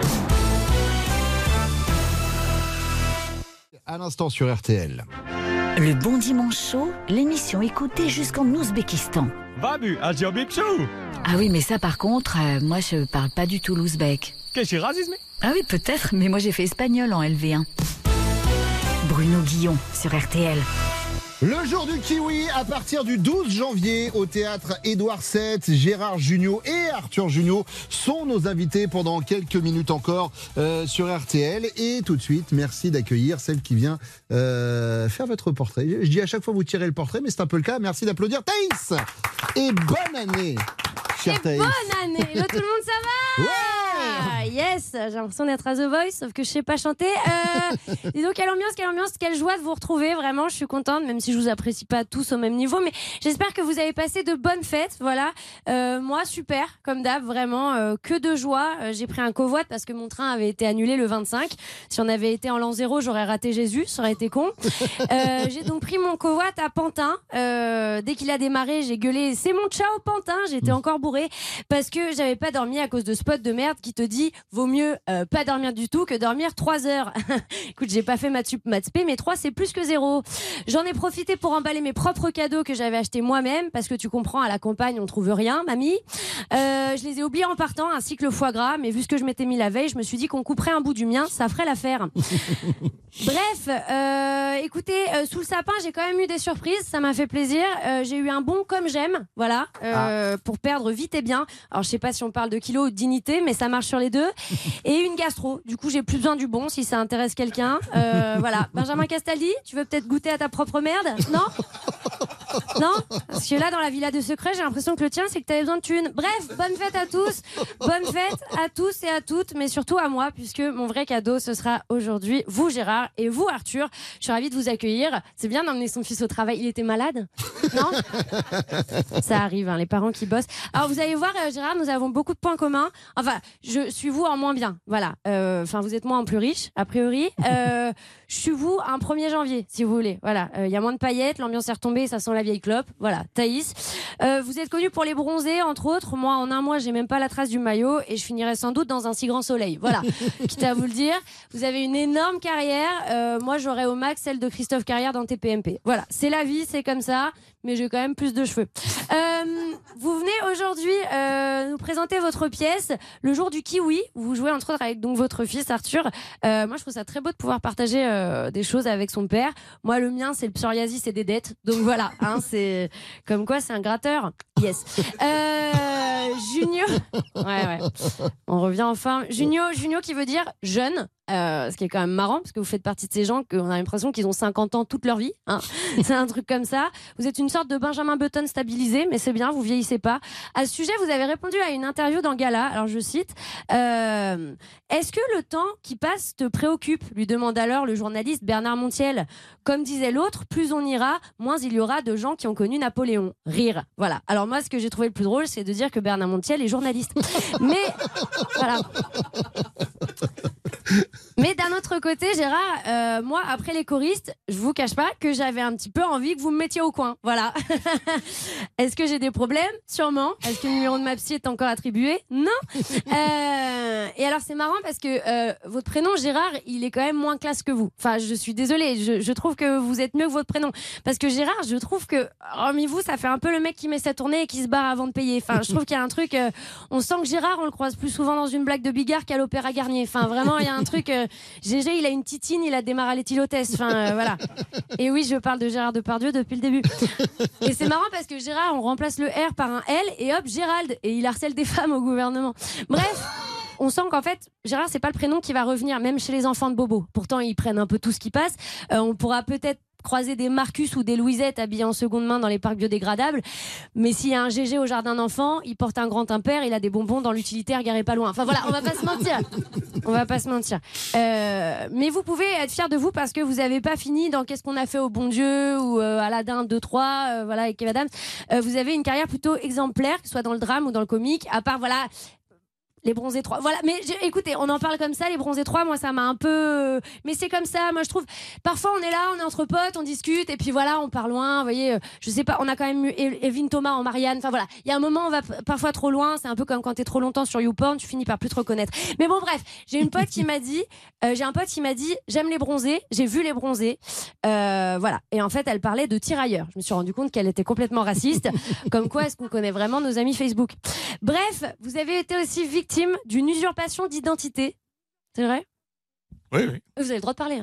[SPEAKER 10] À l'instant sur RTL.
[SPEAKER 2] Le Bon Dimanche Chaud, l'émission écoutée jusqu'en Ouzbékistan. Ah oui, mais ça par contre, moi je parle pas du tout l'ouzbek. Ah oui, peut-être, mais moi j'ai fait espagnol en LV1. Bruno Guillon sur RTL.
[SPEAKER 10] Le jour du kiwi à partir du 12 janvier au théâtre Édouard VII. Gérard Jugnot et Arthur Jugnot sont nos invités pendant quelques minutes encore sur RTL. Et tout de suite, merci d'accueillir celle qui vient faire votre portrait. Je dis à chaque fois vous tirez le portrait, mais c'est un peu le cas. Merci d'applaudir Thaïs. Et bonne année, chère Thaïs.
[SPEAKER 3] Bonne année. Là, tout le monde, ça va? Ouais. Yes, j'ai l'impression d'être à The Voice, sauf que je sais pas chanter. Dis donc, quelle ambiance, quelle joie de vous retrouver. Vraiment, je suis contente, même si je vous apprécie pas tous au même niveau, mais j'espère que vous avez passé de bonnes fêtes. Voilà, moi super, comme d'hab, vraiment que de joie. J'ai pris un covoit parce que mon train avait été annulé le 25. Si on avait été en l'an 0, j'aurais raté Jésus, ça aurait été con. J'ai donc pris mon covoit à Pantin. Dès qu'il a démarré, j'ai gueulé c'est mon ciao Pantin. J'étais encore bourrée parce que j'avais pas dormi à cause de ce pote de merde qui te dit vaut mieux pas dormir du tout que dormir 3 heures. Écoute, j'ai pas fait maths sup, maths spé, mais 3 c'est plus que 0. J'en ai profité pour emballer mes propres cadeaux que j'avais achetés moi-même parce que tu comprends, à la campagne on trouve rien, mamie. Je les ai oubliés en partant, ainsi que le foie gras, mais vu ce que je m'étais mis la veille, je me suis dit qu'on couperait un bout du mien, ça ferait l'affaire. Bref, écoutez, sous le sapin j'ai quand même eu des surprises, ça m'a fait plaisir. J'ai eu un bon comme j'aime, voilà, pour perdre vite et bien. Alors je sais pas si on parle de kilos ou de dignité, mais ça marche sur les deux. Et une gastro, du coup j'ai plus besoin du bon si ça intéresse quelqu'un. Voilà, Benjamin Castaldi, tu veux peut-être goûter à ta propre merde? Non? Non? Parce que là dans la villa de secret, j'ai l'impression que le tien c'est que t'avais besoin de thunes. Bref, bonne fête à tous, bonne fête à tous et à toutes, mais surtout à moi, puisque mon vrai cadeau ce sera aujourd'hui vous Gérard et vous Arthur. Je suis ravie de vous accueillir. C'est bien d'emmener son fils au travail. Il était malade? Non? Ça arrive, hein, les parents qui bossent. Alors vous allez voir Gérard, nous avons beaucoup de points communs. Enfin, je suis vous en moins bien, voilà. Enfin, vous êtes moi en plus riche, a priori. Je suis vous un 1er janvier, si vous voulez. Voilà, il y a moins de paillettes, l'ambiance est retombée, ça sent la vieille clope. Voilà, Thaïs. Vous êtes connu pour les bronzés, entre autres. Moi, en un mois, j'ai même pas la trace du maillot et je finirai sans doute dans un si grand soleil. Voilà, quitte à vous le dire. Vous avez une énorme carrière. Moi, j'aurais au max celle de Christophe Carrière dans TPMP. Voilà, c'est la vie, c'est comme ça. Mais j'ai quand même plus de cheveux. Vous venez aujourd'hui nous présenter votre pièce, Le jour du kiwi. Vous jouez entre autres avec donc votre fils Arthur. Moi, je trouve ça très beau de pouvoir partager des choses avec son père. Moi, le mien, c'est le psoriasis et des dettes. Donc voilà, hein, c'est comme quoi, c'est un gratteur. Yes. Junio. Ouais. On revient enfin. Junio qui veut dire jeune. Ce qui est quand même marrant parce que vous faites partie de ces gens qu'on a l'impression qu'ils ont 50 ans toute leur vie, hein. C'est un truc comme ça. Vous êtes une sorte de Benjamin Button stabilisé, mais c'est bien, vous vieillissez pas. À ce sujet, vous avez répondu à une interview dans Gala. Alors je cite, est-ce que le temps qui passe te préoccupe, lui demande alors le journaliste Bernard Montiel. Comme disait l'autre, plus on ira, moins il y aura de gens qui ont connu Napoléon. Rire. Voilà. Alors moi, ce que j'ai trouvé le plus drôle, c'est de dire que Bernard Montiel est journaliste. Mais voilà. Mais d'un autre côté, Gérard, moi, après les choristes, je vous cache pas que j'avais un petit peu envie que vous me mettiez au coin. Voilà. Est-ce que j'ai des problèmes? Sûrement. Est-ce que le numéro de ma psy est encore attribué? Non. Et alors, c'est marrant parce que votre prénom, Gérard, il est quand même moins classe que vous. Enfin, je suis désolée. Je trouve que vous êtes mieux que votre prénom. Parce que Gérard, je trouve que, hormis vous, ça fait un peu le mec qui met sa tournée et qui se barre avant de payer. Enfin, je trouve qu'il y a un truc... on sent que Gérard, on le croise plus souvent dans une blague de Bigard qu'à l'Opéra Garnier. Enfin, vraiment, il y a un truc... Gégé, il a une titine, il a démarré les tilotesses. Enfin, voilà. Et oui, je parle de Gérard Depardieu depuis le début. Et c'est marrant parce que Gérard, on remplace le R par un L et hop, Gérald. Et il harcèle des femmes au gouvernement. Bref, on sent qu'en fait, Gérard, c'est pas le prénom qui va revenir, même chez les enfants de Bobo. Pourtant, ils prennent un peu tout ce qui passe. On pourra peut-être croiser des Marcus ou des Louisettes habillés en seconde main dans les parcs biodégradables. Mais s'il y a un GG au jardin d'enfants, il porte un grand impair, il a des bonbons dans l'utilitaire garé pas loin. Enfin voilà, on va pas se mentir. On va pas se mentir. Mais vous pouvez être fiers de vous parce que vous avez pas fini dans Qu'est-ce qu'on a fait au bon Dieu ou Aladdin 2-3, voilà, avec Kev Adams. Vous avez une carrière plutôt exemplaire, que ce soit dans le drame ou dans le comique, à part voilà... Les Bronzés 3. Voilà, mais écoutez, on en parle comme ça, les Bronzés 3, moi ça m'a un peu... Mais c'est comme ça, moi je trouve... Parfois on est là, on est entre potes, on discute, et puis voilà, on part loin, vous voyez, je sais pas, on a quand même eu Evelyne Thomas en Marianne, enfin voilà, il y a un moment, on va parfois trop loin, c'est un peu comme quand t'es trop longtemps sur YouPorn, tu finis par plus te reconnaître. Mais bon, bref, j'ai un pote qui m'a dit, j'aime les Bronzés, j'ai vu les Bronzés, voilà. Et en fait, elle parlait de tirailleurs. Je me suis rendu compte qu'elle était complètement raciste, comme quoi est-ce qu'on connaît vraiment nos amis Facebook. Bref, vous avez été aussi victime d'une usurpation d'identité. C'est vrai?
[SPEAKER 6] Oui.
[SPEAKER 3] Vous avez le droit de parler. Hein.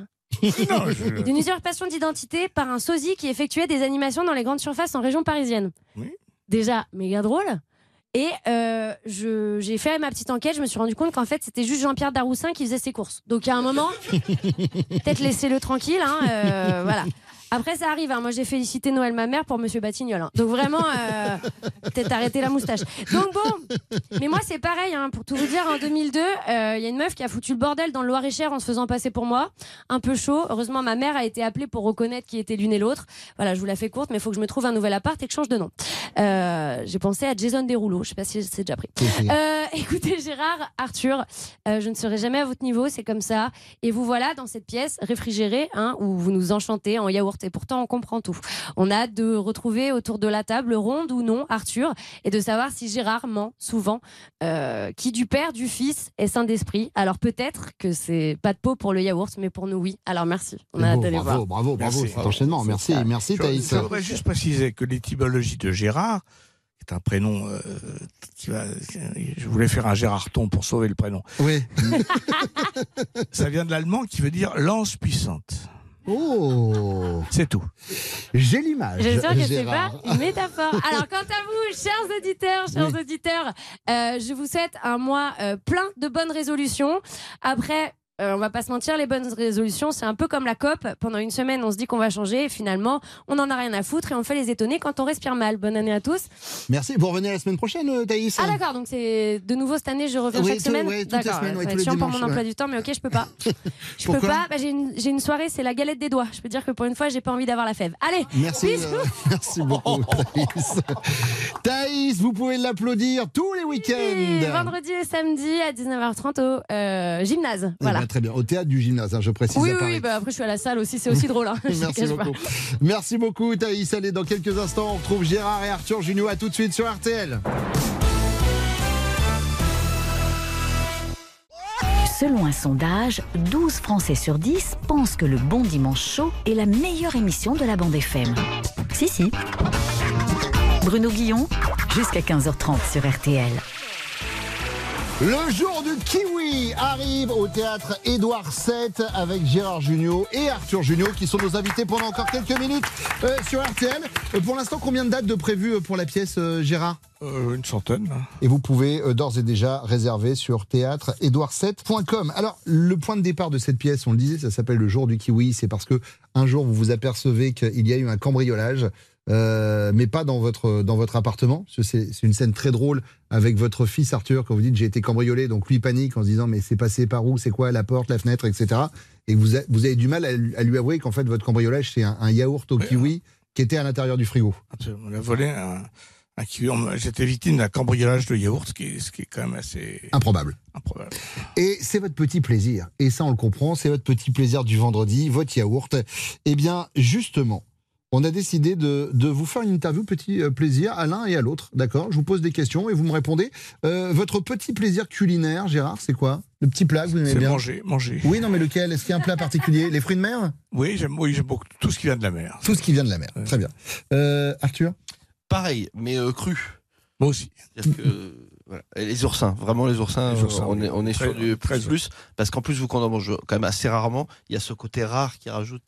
[SPEAKER 3] D'une usurpation d'identité par un sosie qui effectuait des animations dans les grandes surfaces en région parisienne.
[SPEAKER 6] Oui.
[SPEAKER 3] Déjà, méga drôle. Et j'ai fait ma petite enquête, je me suis rendu compte qu'en fait c'était juste Jean-Pierre Daroussin qui faisait ses courses. Donc à un moment, peut-être laissez-le tranquille, voilà. Après ça arrive, moi j'ai félicité Noël ma mère pour Monsieur Batignolles. Donc vraiment, peut-être arrêter la moustache. Donc bon, mais moi c'est pareil, pour tout vous dire, en 2002, il y a une meuf qui a foutu le bordel dans le Loir-et-Cher en se faisant passer pour moi. Un peu chaud. Heureusement ma mère a été appelée pour reconnaître qui était l'une et l'autre. Voilà, je vous la fais courte, mais il faut que je me trouve un nouvel appart et que je change de nom. J'ai pensé à Jason Derulo, je sais pas si c'est déjà pris. Écoutez Gérard, Arthur, je ne serai jamais à votre niveau, c'est comme ça. Et vous voilà dans cette pièce réfrigérée, où vous nous enchantez en yaourt. Et pourtant on comprend tout. On a hâte de retrouver autour de la table, ronde ou non, Arthur, et de savoir si Gérard ment souvent, qui du père, du fils est saint d'esprit. Alors peut-être que c'est pas de peau pour le yaourt, mais pour nous oui. Alors merci. On a hâte d'aller voir.
[SPEAKER 10] Bravo, cet enchaînement. Merci Thaïs.
[SPEAKER 6] Je voudrais juste préciser que l'étymologie de Gérard est un prénom je voulais faire un Gérardton pour sauver le prénom.
[SPEAKER 10] Oui.
[SPEAKER 6] Ça vient de l'allemand qui veut dire lance puissante.
[SPEAKER 10] Oh,
[SPEAKER 6] c'est tout.
[SPEAKER 10] J'ai l'image.
[SPEAKER 3] J'espère que c'est pas une métaphore. Alors, quant à vous, chers auditeurs, je vous souhaite un mois plein de bonnes résolutions. Après, on va pas se mentir, les bonnes résolutions, c'est un peu comme la COP. Pendant une semaine, on se dit qu'on va changer et finalement, on n'en a rien à foutre et on fait les étonner quand on respire mal. Bonne année à tous.
[SPEAKER 10] Merci. Vous revenez la semaine prochaine, Thaïs.
[SPEAKER 3] Ah d'accord, donc c'est de nouveau cette année, je reviens chaque semaine.
[SPEAKER 10] D'accord.
[SPEAKER 3] Ça va être chiant pour mon emploi du temps, mais ok, je peux pas. Je peux pas. J'ai une soirée, c'est la galette des doigts. Je peux dire que pour une fois, j'ai pas envie d'avoir la fève. Allez,
[SPEAKER 10] merci. Merci beaucoup, Thaïs. Thaïs, vous pouvez l'applaudir tous les week-ends.
[SPEAKER 3] Oui, vendredi et samedi à 19h30 au gymnase. Voilà.
[SPEAKER 10] Très bien, au théâtre du gymnase, je précise.
[SPEAKER 3] Oui, après je suis à la salle aussi, c'est aussi drôle.
[SPEAKER 10] Merci beaucoup. Merci beaucoup Thaïs. Allez, dans quelques instants, on retrouve Gérard et Arthur Jugnot. À tout de suite sur RTL.
[SPEAKER 2] Selon un sondage, 12 Français sur 10 pensent que le Bon Dimanche Show est la meilleure émission de la bande FM. Si. Bruno Guillon, jusqu'à 15h30 sur RTL.
[SPEAKER 10] Le jour du kiwi arrive au théâtre Édouard VII avec Gérard Jugnot et Arthur Jugnot qui sont nos invités pendant encore quelques minutes sur RTL. Pour l'instant, combien de dates de prévues pour la pièce, Gérard ?
[SPEAKER 6] Une centaine.
[SPEAKER 10] Et vous pouvez d'ores et déjà réserver sur théâtre-edouard7.com. Alors, le point de départ de cette pièce, on le disait, ça s'appelle Le jour du kiwi. C'est parce que un jour, vous vous apercevez qu'il y a eu un cambriolage. Mais pas dans votre appartement. C'est une scène très drôle avec votre fils Arthur quand vous dites j'ai été cambriolé, donc lui panique en se disant mais c'est passé par où, c'est quoi la porte, la fenêtre, etc. Et vous avez du mal à lui avouer qu'en fait votre cambriolage c'est un yaourt au kiwi qui était à l'intérieur du frigo.
[SPEAKER 6] On a volé un kiwi. J'étais victime d'un cambriolage de yaourt, ce qui est quand même assez
[SPEAKER 10] improbable. Et c'est votre petit plaisir, et ça on le comprend, c'est votre petit plaisir du vendredi, votre yaourt. Eh bien justement, on a décidé de vous faire une interview petit plaisir à l'un et à l'autre, d'accord ? Je vous pose des questions et vous me répondez. Votre petit plaisir culinaire, Gérard, c'est quoi ? Le petit plat que vous aimez bien ?
[SPEAKER 6] C'est manger.
[SPEAKER 10] Oui, non, mais lequel ? Est-ce qu'il y a un plat particulier ? Les fruits de mer ?
[SPEAKER 6] Oui, j'aime beaucoup tout ce qui vient de la mer.
[SPEAKER 10] Tout ce qui vient de la mer, très bien. Arthur ?
[SPEAKER 17] Pareil, mais cru.
[SPEAKER 6] Moi aussi.
[SPEAKER 17] C'est-à-dire que... Voilà. Et les oursins, vraiment les oursins, on est sur du plus, parce qu'en plus, vous qu'on en mange quand même assez rarement, il y a ce côté rare qui rajoute.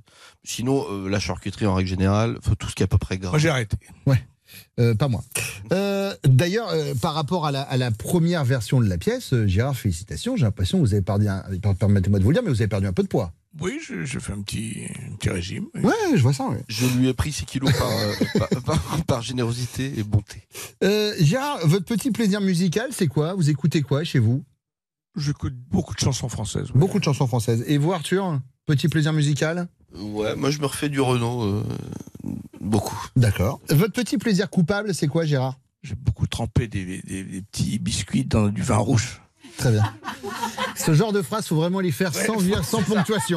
[SPEAKER 17] Sinon, la charcuterie en règle générale, tout ce qui est à peu près gras.
[SPEAKER 6] Moi j'ai arrêté.
[SPEAKER 10] Ouais. Pas moi. D'ailleurs, par rapport à la première version de la pièce, Gérard, félicitations. J'ai l'impression que vous avez perdu, permettez-moi de vous le dire, mais vous avez perdu un peu de poids.
[SPEAKER 6] Oui, je fais un petit régime. Oui.
[SPEAKER 10] Ouais, je vois ça. Ouais.
[SPEAKER 17] Je lui ai pris 6 kilos par générosité et bonté.
[SPEAKER 10] Gérard, votre petit plaisir musical, c'est quoi ? Vous écoutez quoi chez vous ?
[SPEAKER 6] J'écoute beaucoup de chansons françaises. Ouais.
[SPEAKER 10] Beaucoup de chansons françaises. Et vous, Arthur, petit plaisir musical ?
[SPEAKER 17] Ouais, moi je me refais du Renaud, beaucoup.
[SPEAKER 10] D'accord. Votre petit plaisir coupable, c'est quoi, Gérard ?
[SPEAKER 6] J'ai beaucoup trempé des petits biscuits dans du vin rouge.
[SPEAKER 10] Très bien. Ce genre de phrase, faut vraiment les faire sans ponctuation.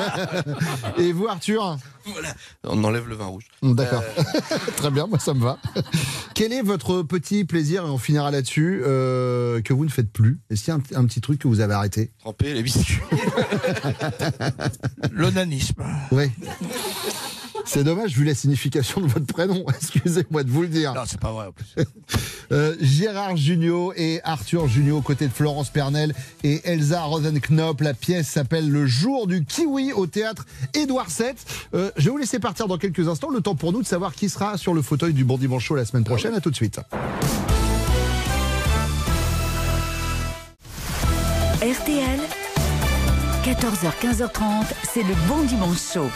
[SPEAKER 10] Et vous, Arthur ?
[SPEAKER 17] Voilà. On enlève le vin rouge.
[SPEAKER 10] D'accord. Très bien, moi ça me va. Quel est votre petit plaisir, et on finira là-dessus, que vous ne faites plus ? Est-ce qu'il y a un petit truc que vous avez arrêté ?
[SPEAKER 17] Tremper les biscuits.
[SPEAKER 6] L'onanisme.
[SPEAKER 10] Oui. C'est dommage vu la signification de votre prénom, excusez-moi de vous le dire.
[SPEAKER 18] Non, c'est pas vrai en plus.
[SPEAKER 10] Gérard Jugnot et Arthur Jugnot aux côtés de Florence Pernel et Elsa Rosenknop. La pièce s'appelle Le jour du kiwi au théâtre Édouard VII. Je vais vous laisser partir dans quelques instants, le temps pour nous de savoir qui sera sur le fauteuil du Bon Dimanche Show la semaine prochaine. À tout de suite.
[SPEAKER 2] RTL, 14h, 15h30, c'est le Bon Dimanche Show.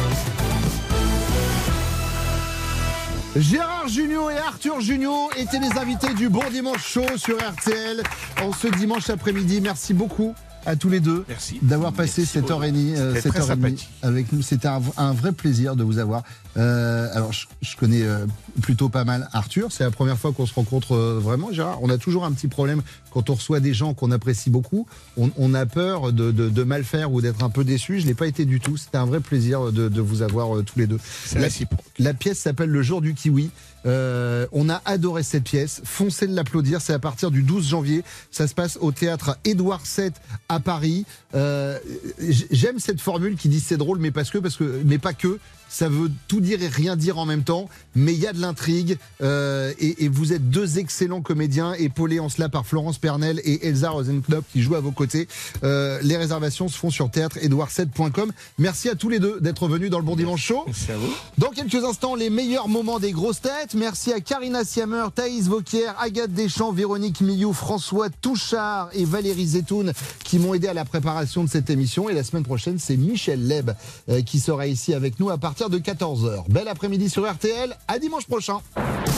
[SPEAKER 10] Gérard Jugnot et Arthur Jugnot étaient les invités du Bon Dimanche Show sur RTL en ce dimanche après-midi. Merci beaucoup à tous les deux d'avoir passé cette heure et demie, avec nous. C'était un vrai plaisir de vous avoir. Alors, je connais plutôt pas mal Arthur. C'est la première fois qu'on se rencontre vraiment, Gérard. On a toujours un petit problème quand on reçoit des gens qu'on apprécie beaucoup. On a peur de mal faire ou d'être un peu déçu. Je n'ai pas été du tout. C'était un vrai plaisir de vous avoir tous les deux. La pièce s'appelle Le jour du kiwi. On a adoré cette pièce. Foncez de l'applaudir. C'est à partir du 12 janvier. Ça se passe au théâtre Édouard VII à Paris. J'aime cette formule qui dit c'est drôle, mais pas que. Ça veut tout dire et rien dire en même temps, mais il y a de l'intrigue et vous êtes deux excellents comédiens épaulés en cela par Florence Pernel et Elsa Rosenknop qui jouent à vos côtés. Les réservations se font sur théâtre-edouard7.com. Merci à tous les deux d'être venus dans le Bon Dimanche Show.
[SPEAKER 18] Merci à vous.
[SPEAKER 10] Dans quelques instants, les meilleurs moments des grosses têtes. Merci à Karina Siamer, Thaïs Vauquier, Agathe Deschamps, Véronique Millou, François Touchard et Valérie Zetoun qui m'ont aidé à la préparation de cette émission. Et la semaine prochaine, c'est Michel Leb qui sera ici avec nous à partir de 14h. Bel après-midi sur RTL, à dimanche prochain.